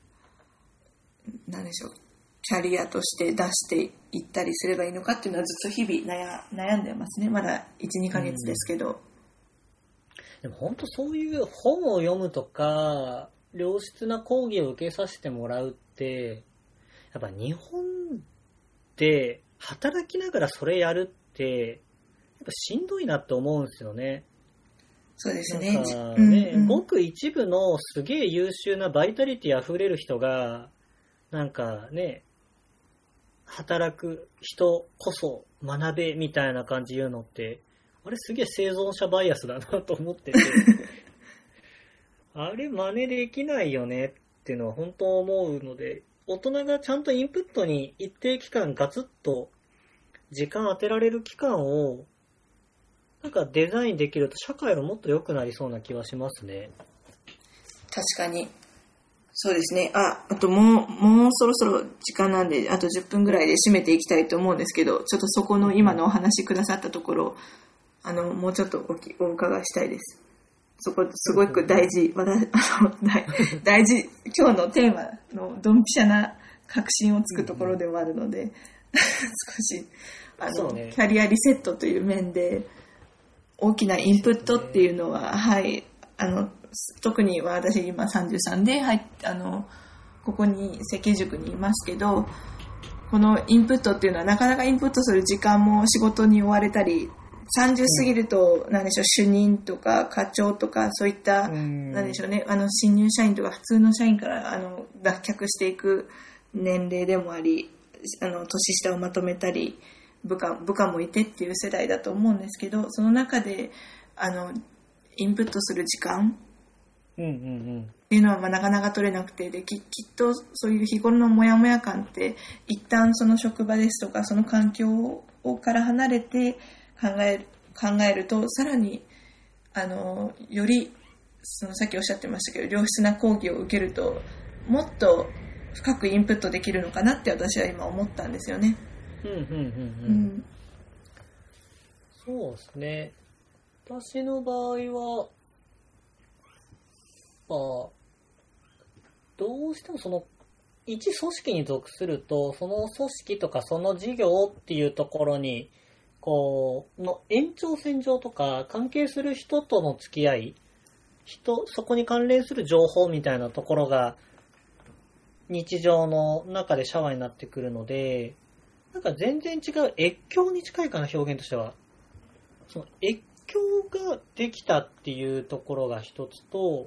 なんでしょうキャリアとして出していったりすればいいのかっていうのはずっと日々悩、悩んでますね。まだいち、にかげつですけど、うん、 でも本当そういう本を読むとか良質な講義を受けさせてもらうってやっぱ日本で働きながらそれやるってやっぱしんどいなって思うんですよね。 そうですね。 なんかね、うんうん、ごく一部のすげえ優秀なバイタリティあふれる人がなんかね働く人こそ学べみたいな感じ言うのってあれすげえ生存者バイアスだなと思っててあれ真似できないよねっていうのは本当思うので、大人がちゃんとインプットに一定期間ガツッと時間当てられる期間をなんかデザインできると社会はもっと良くなりそうな気はしますね。 確かにそうですね。あ、あともう、もうそろそろ時間なんで、あとじゅっぷんぐらいで締めていきたいと思うんですけど、ちょっとそこの今のお話くださったところ、あの、もうちょっとおきお伺いしたいです。そこ、すごく大事、まだ、あの、大大事、今日のテーマのドンピシャな確信をつくところでもあるので、少し、あの、ね、キャリアリセットという面で、大きなインプットっていうのは、はい、あの、特に私今さんじゅうさんで入っあのここに設計塾にいますけど、このインプットっていうのはなかなかインプットする時間も仕事に追われたり、さんじゅう過ぎると何でしょう、主任とか課長とかそういった何でしょうね、あの新入社員とか普通の社員からあの脱却していく年齢でもあり、あの年下をまとめたり部下部下もいてっていう世代だと思うんですけど、その中であのインプットする時間うんうんうん、 っていうのはまあなかなか取れなくて、で き, きっとそういう日頃のモヤモヤ感って一旦その職場ですとかその環境をから離れて考える、考えるとさらにあのよりそのさっきおっしゃってましたけど良質な講義を受けるともっと深くインプットできるのかなって私は今思ったんですよね。 うんうんうんうん、うん、そうですね。私の場合はどうしてもその一組織に属するとその組織とかその事業っていうところにこうの延長線上とか関係する人との付き合い、人そこに関連する情報みたいなところが日常の中でシャワーになってくるので、なんか全然違う越境に近いかな、表現としては。その越境ができたっていうところが一つと、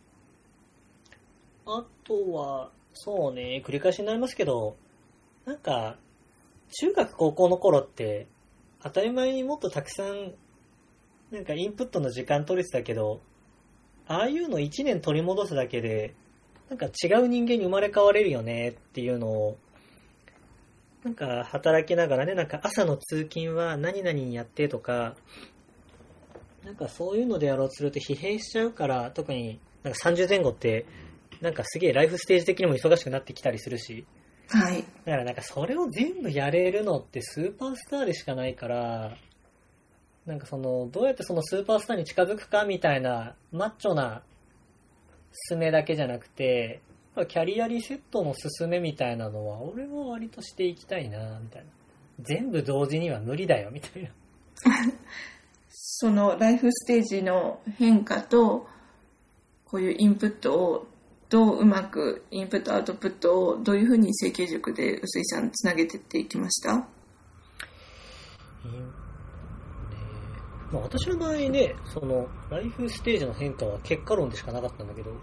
あとは、そうね、繰り返しになりますけど、なんか、中学高校の頃って、当たり前にもっとたくさん、なんかインプットの時間取れてたけど、ああいうのいちねん取り戻すだけで、なんか違う人間に生まれ変われるよねっていうのを、なんか働きながらね、なんか朝の通勤は何々やってとか、なんかそういうのでやろうとすると疲弊しちゃうから、特になんかさんじゅう前後って、なんかすげえライフステージ的にも忙しくなってきたりするし、 はい。 だからなんかそれを全部やれるのってスーパースターでしかないから、 なんかその、どうやってそのスーパースターに近づくかみたいな、マッチョなすめだけじゃなくて、キャリアリセットの進めみたいなのは、俺も割としていきたいな、みたいな。全部同時には無理だよ、みたいな。 そのライフステージの変化と、こういうインプットを、どううまくインプットアウトプットをどういうふうに整形塾で臼井さんつなげてっていきました？ まあ、私の場合ね、そのライフステージの変化は結果論でしかなかったんだけど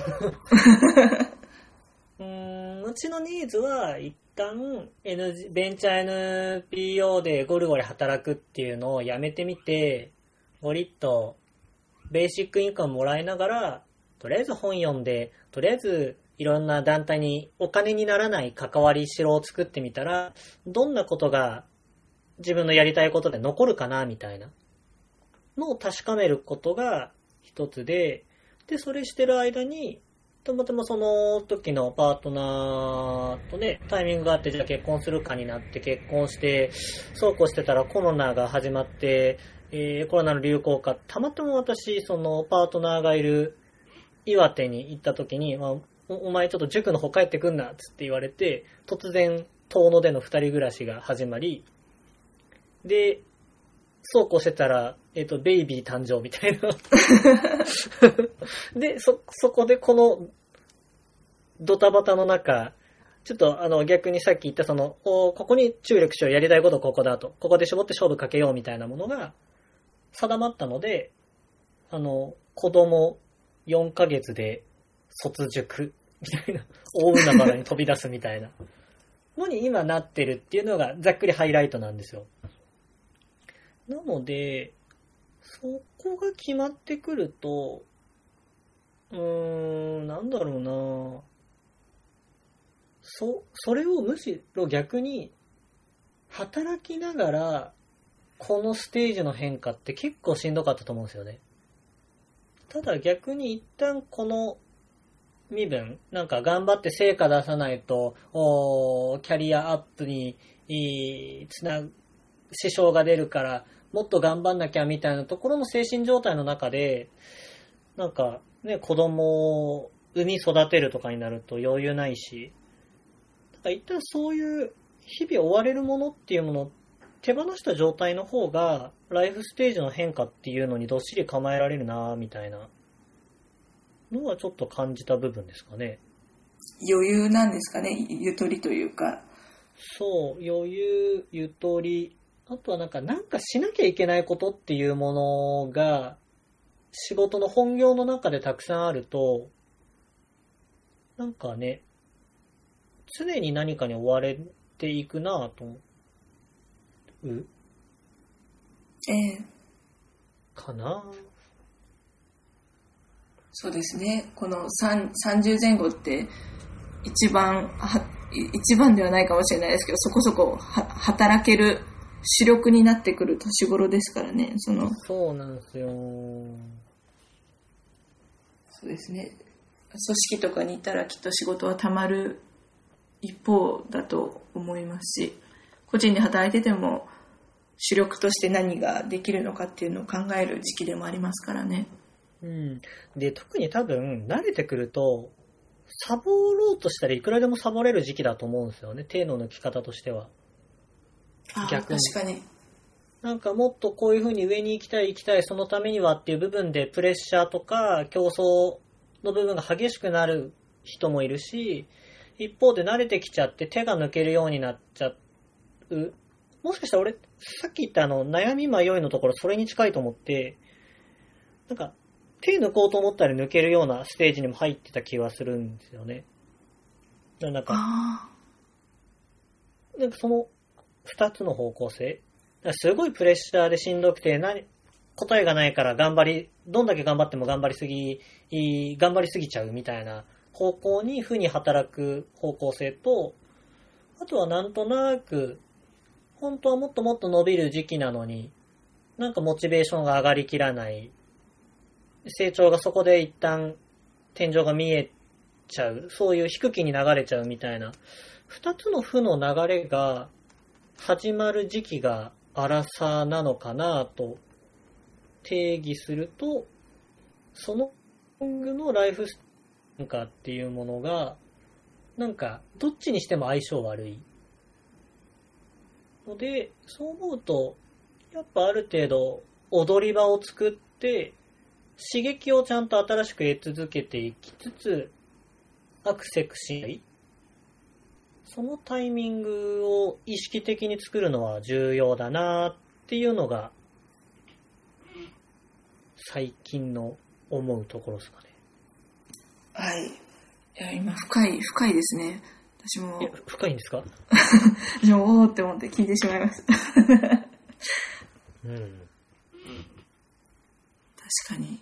うーん、うちのニーズは一旦 N G ベンチャー エヌピーオー でゴリゴリ働くっていうのをやめてみて、ゴリッとベーシックインカムもらいながら、とりあえず本読んで、とりあえずいろんな団体にお金にならない関わりしろを作ってみたら、どんなことが自分のやりたいことで残るかなみたいなのを確かめることが一つで、で、それしてる間に、たまたまその時のパートナーとね、タイミングがあって、じゃあ結婚するかになって結婚して、そうこうしてたらコロナが始まって、えー、コロナの流行下、たまたま私、そのパートナーがいる岩手に行った時に、まあ、お, お前ちょっと塾の方帰ってくんな、つって言われて、突然、遠野での二人暮らしが始まり、で、そうこうしてたら、えっと、ベイビー誕生みたいな。で、そ、そこでこの、ドタバタの中、ちょっとあの逆にさっき言ったその、ここに注力しよう、やりたいことここだと、ここで絞って勝負かけようみたいなものが定まったので、あの、子供よんかげつで卒塾みたいな、大海原に飛び出すみたいなのに今なってるっていうのがざっくりハイライトなんですよ。なので、そこが決まってくると、うーん、なんだろうなそ、それをむしろ逆に、働きながら、このステージの変化って結構しんどかったと思うんですよね。ただ逆に一旦この身分、なんか頑張って成果出さないと、おキャリアアップにつなぐ、支障が出るからもっと頑張んなきゃみたいなところの精神状態の中で、なんかね、子供を産み育てるとかになると余裕ないし、だから一旦そういう日々追われるものっていうものを手放した状態の方がライフステージの変化っていうのにどっしり構えられるなみたいなのはちょっと感じた部分ですかね。 余裕なんですかね、ゆとりというか。 そう、余裕、ゆとり、あとはなんか、なんかしなきゃいけないことっていうものが、仕事の本業の中でたくさんあると、なんかね、常に何かに追われていくなぁと思う。 ええ。 かな。 そうですね。このさんじゅう前後って、一番は、一番ではないかもしれないですけど、そこそこは働ける主力になってくる年頃ですからね。そのそうなんですよ。 そうですね。組織とかにいたらきっと仕事はたまる一方だと思いますし、個人で働いてても主力として何ができるのかっていうのを考える時期でもありますからね。 うん。で、特に多分慣れてくると、サボろうとしたらいくらでもサボれる時期だと思うんですよね。手の抜き方としては。 あ、逆に。確かに。 なんかもっとこういう風に上に行きたい行きたい、そのためにはっていう部分でプレッシャーとか競争の部分が激しくなる人もいるし、一方で慣れてきちゃって手が抜けるようになっちゃう。もしかしたら俺、さっき言ったあの悩み迷いのところそれに近いと思って、なんか手抜こうと思ったら抜けるようなステージにも入ってた気がするんですよね。なんか、なんかその二つの方向性。すごいプレッシャーでしんどくて、何、答えがないから頑張り、どんだけ頑張っても頑張りすぎ、頑張りすぎちゃうみたいな方向に負に働く方向性と、あとはなんとなく、本当はもっともっと伸びる時期なのに、なんかモチベーションが上がりきらない。成長がそこで一旦天井が見えちゃう。そういう低気に流れちゃうみたいな。二つの負の流れが始まる時期が荒さなのかなと定義すると、そののライフスタイルかっていうものが、なんか、どっちにしても相性悪い。ので、そう思うと、やっぱある程度、踊り場を作って、刺激をちゃんと新しく得続けていきつつ、アクセクしない。そのタイミングを意識的に作るのは重要だなっていうのが、最近の思うところですかね。はい。 いや、今深い、深いですね。私も。 え、深いんですか？ 私もおーって思って聞いてしまいました。 うん。 確かに。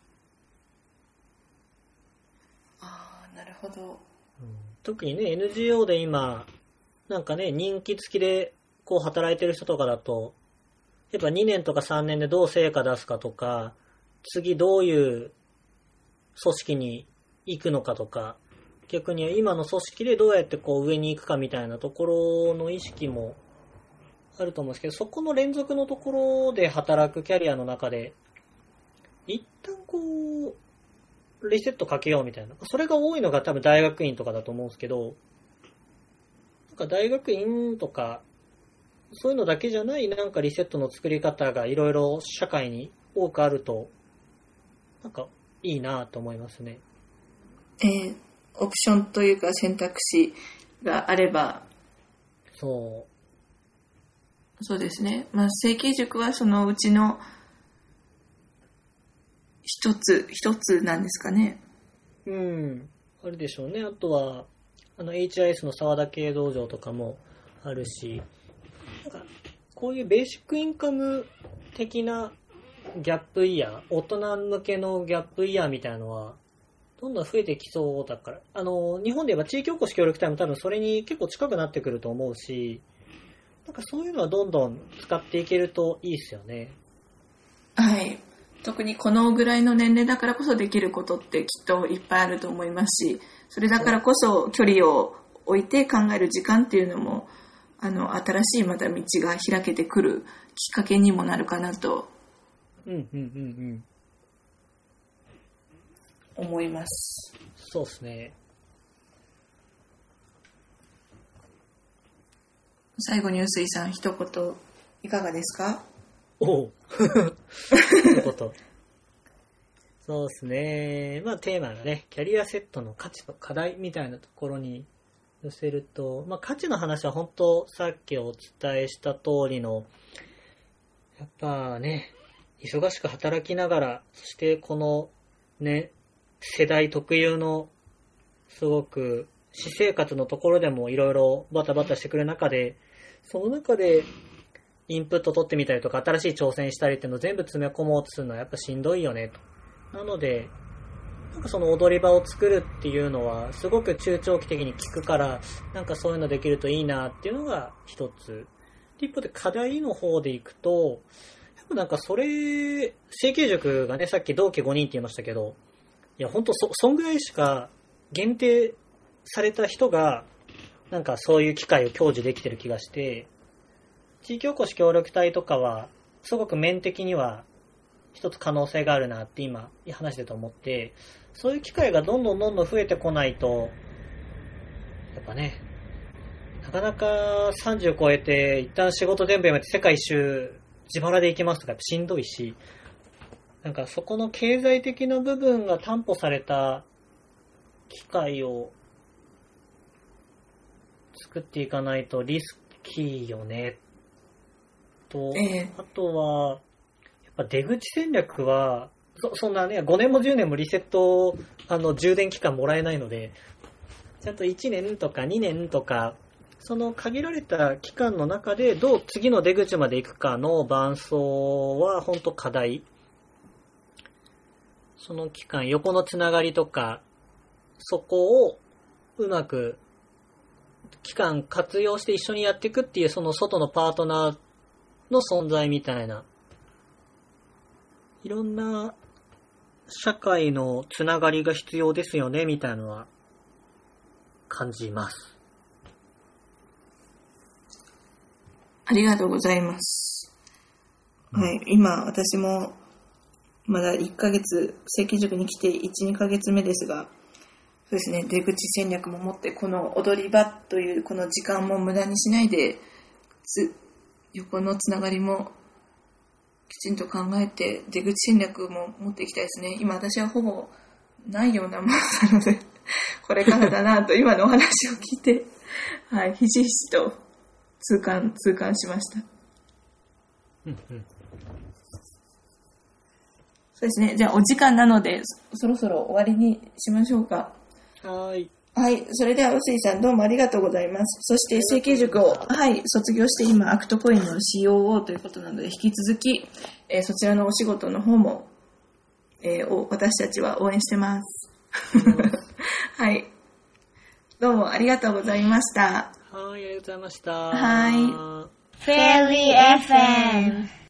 ああ、なるほど、うん。 特にね、エヌジーオー で今、なんかね、人気付きでこう働いてる人とかだと、やっぱにねんとかさんねんでどう成果出すかとか、次どういう組織に行くのかとか、逆に今の組織でどうやってこう上に行くかみたいなところの意識もあると思うんですけど、そこの連続のところで働くキャリアの中で、一旦こう、リセットかけようみたいな。それが多いのが多分大学院とかだと思うんですけど、なんか大学院とか、そういうのだけじゃないなんかリセットの作り方がいろいろ社会に多くあると、なんかいいなと思いますね。 えー、オプションというか選択肢があれば。 そう。 そうですね。まあ、成蹊塾はそのうちの一つ、一つなんですかね。 うん。あるでしょうね。あとは、あの エイチアイエス の沢田系道場とかもあるし、なんかこういうベーシックインカム的なギャップイヤー、大人向けのギャップイヤーみたいなのは、どんどん増えてきそうだから、あの、日本で言えば地域おこし協力隊も多分それに結構近くなってくると思うし、なんかそういうのはどんどん使っていけるといいですよね。 はい。特にこのぐらいの年齢だからこそできることってきっといっぱいあると思いますし、それだからこそ距離を置いて考える時間っていうのも、あの、新しいまた道が開けてくるきっかけにもなるかなと。 うんうんうんうん。 思います。 そうですね。 最後に臼井さん一言いかがですか？ おう一言。そうですね。まあテーマがね、キャリアセットの価値と課題みたいなところに寄せると、まあ価値の話は本当さっきお伝えした通りの、やっぱね、忙しく働きながら、そしてこのね、世代特有のすごく私生活のところでもいろいろバタバタしてくる中で、その中でインプット取ってみたりとか新しい挑戦したりっていうのを全部詰め込もうとするのはやっぱしんどいよねと。なので、なんかその踊り場を作るっていうのはすごく中長期的に効くから、なんかそういうのできるといいなっていうのが一つ。一方で課題の方でいくと、やっぱなんかそれ、成蹊塾がね、さっき同期ごにんって言いましたけど、いや本当そ、そんぐらいしか限定された人が、なんかそういう機会を享受できてる気がして、地域おこし協力隊とかは、すごく面的には一つ可能性があるなって今話してて思って、そういう機会がどんどんどんどん増えてこないと、やっぱね、なかなかさんじゅう超えて一旦仕事全部やめて世界一周自腹で行きますとかやっぱしんどいし、なんかそこの経済的な部分が担保された機会を作っていかないとリスキーよねと、 ええ、 あとはやっぱ出口戦略は そ, そんなねごねんもじゅうねんもリセットあの充電期間もらえないので、ちゃんといちねんとかにねんとかその限られた期間の中でどう次の出口まで行くかの伴走は本当課題。その期間横のつながりとかそこをうまく期間活用して一緒にやっていくっていうその外のパートナーの存在みたいな、いろんな社会のつながりが必要ですよねみたいなのは感じます。 ありがとうございます。はい、今私もまだいっかげつ、成形塾に来ていち、にかげつめですが、そうですね、出口戦略も持って、この踊り場というこの時間も無駄にしないで、つ横のつながりもきちんと考えて、出口戦略も持っていきたいですね。今私はほぼないようなものなので、これからだなと今のお話を聞いて、はい、ひしひしと痛感、痛感しました。 うんうん。 そうですね。じゃあお時間なので、そ, そろそろ終わりにしましょうか。 はーい。 はい。それでは、臼井さんどうもありがとうございます。そして、成形塾を、はい、卒業して今、アクトコインの シーオーオー ということなので、引き続き、えー、そちらのお仕事の方も、えー、お私たちは応援してます。はい。どうもありがとうございました。 はい、ありがとうございました。 はい。 フェリー エフエム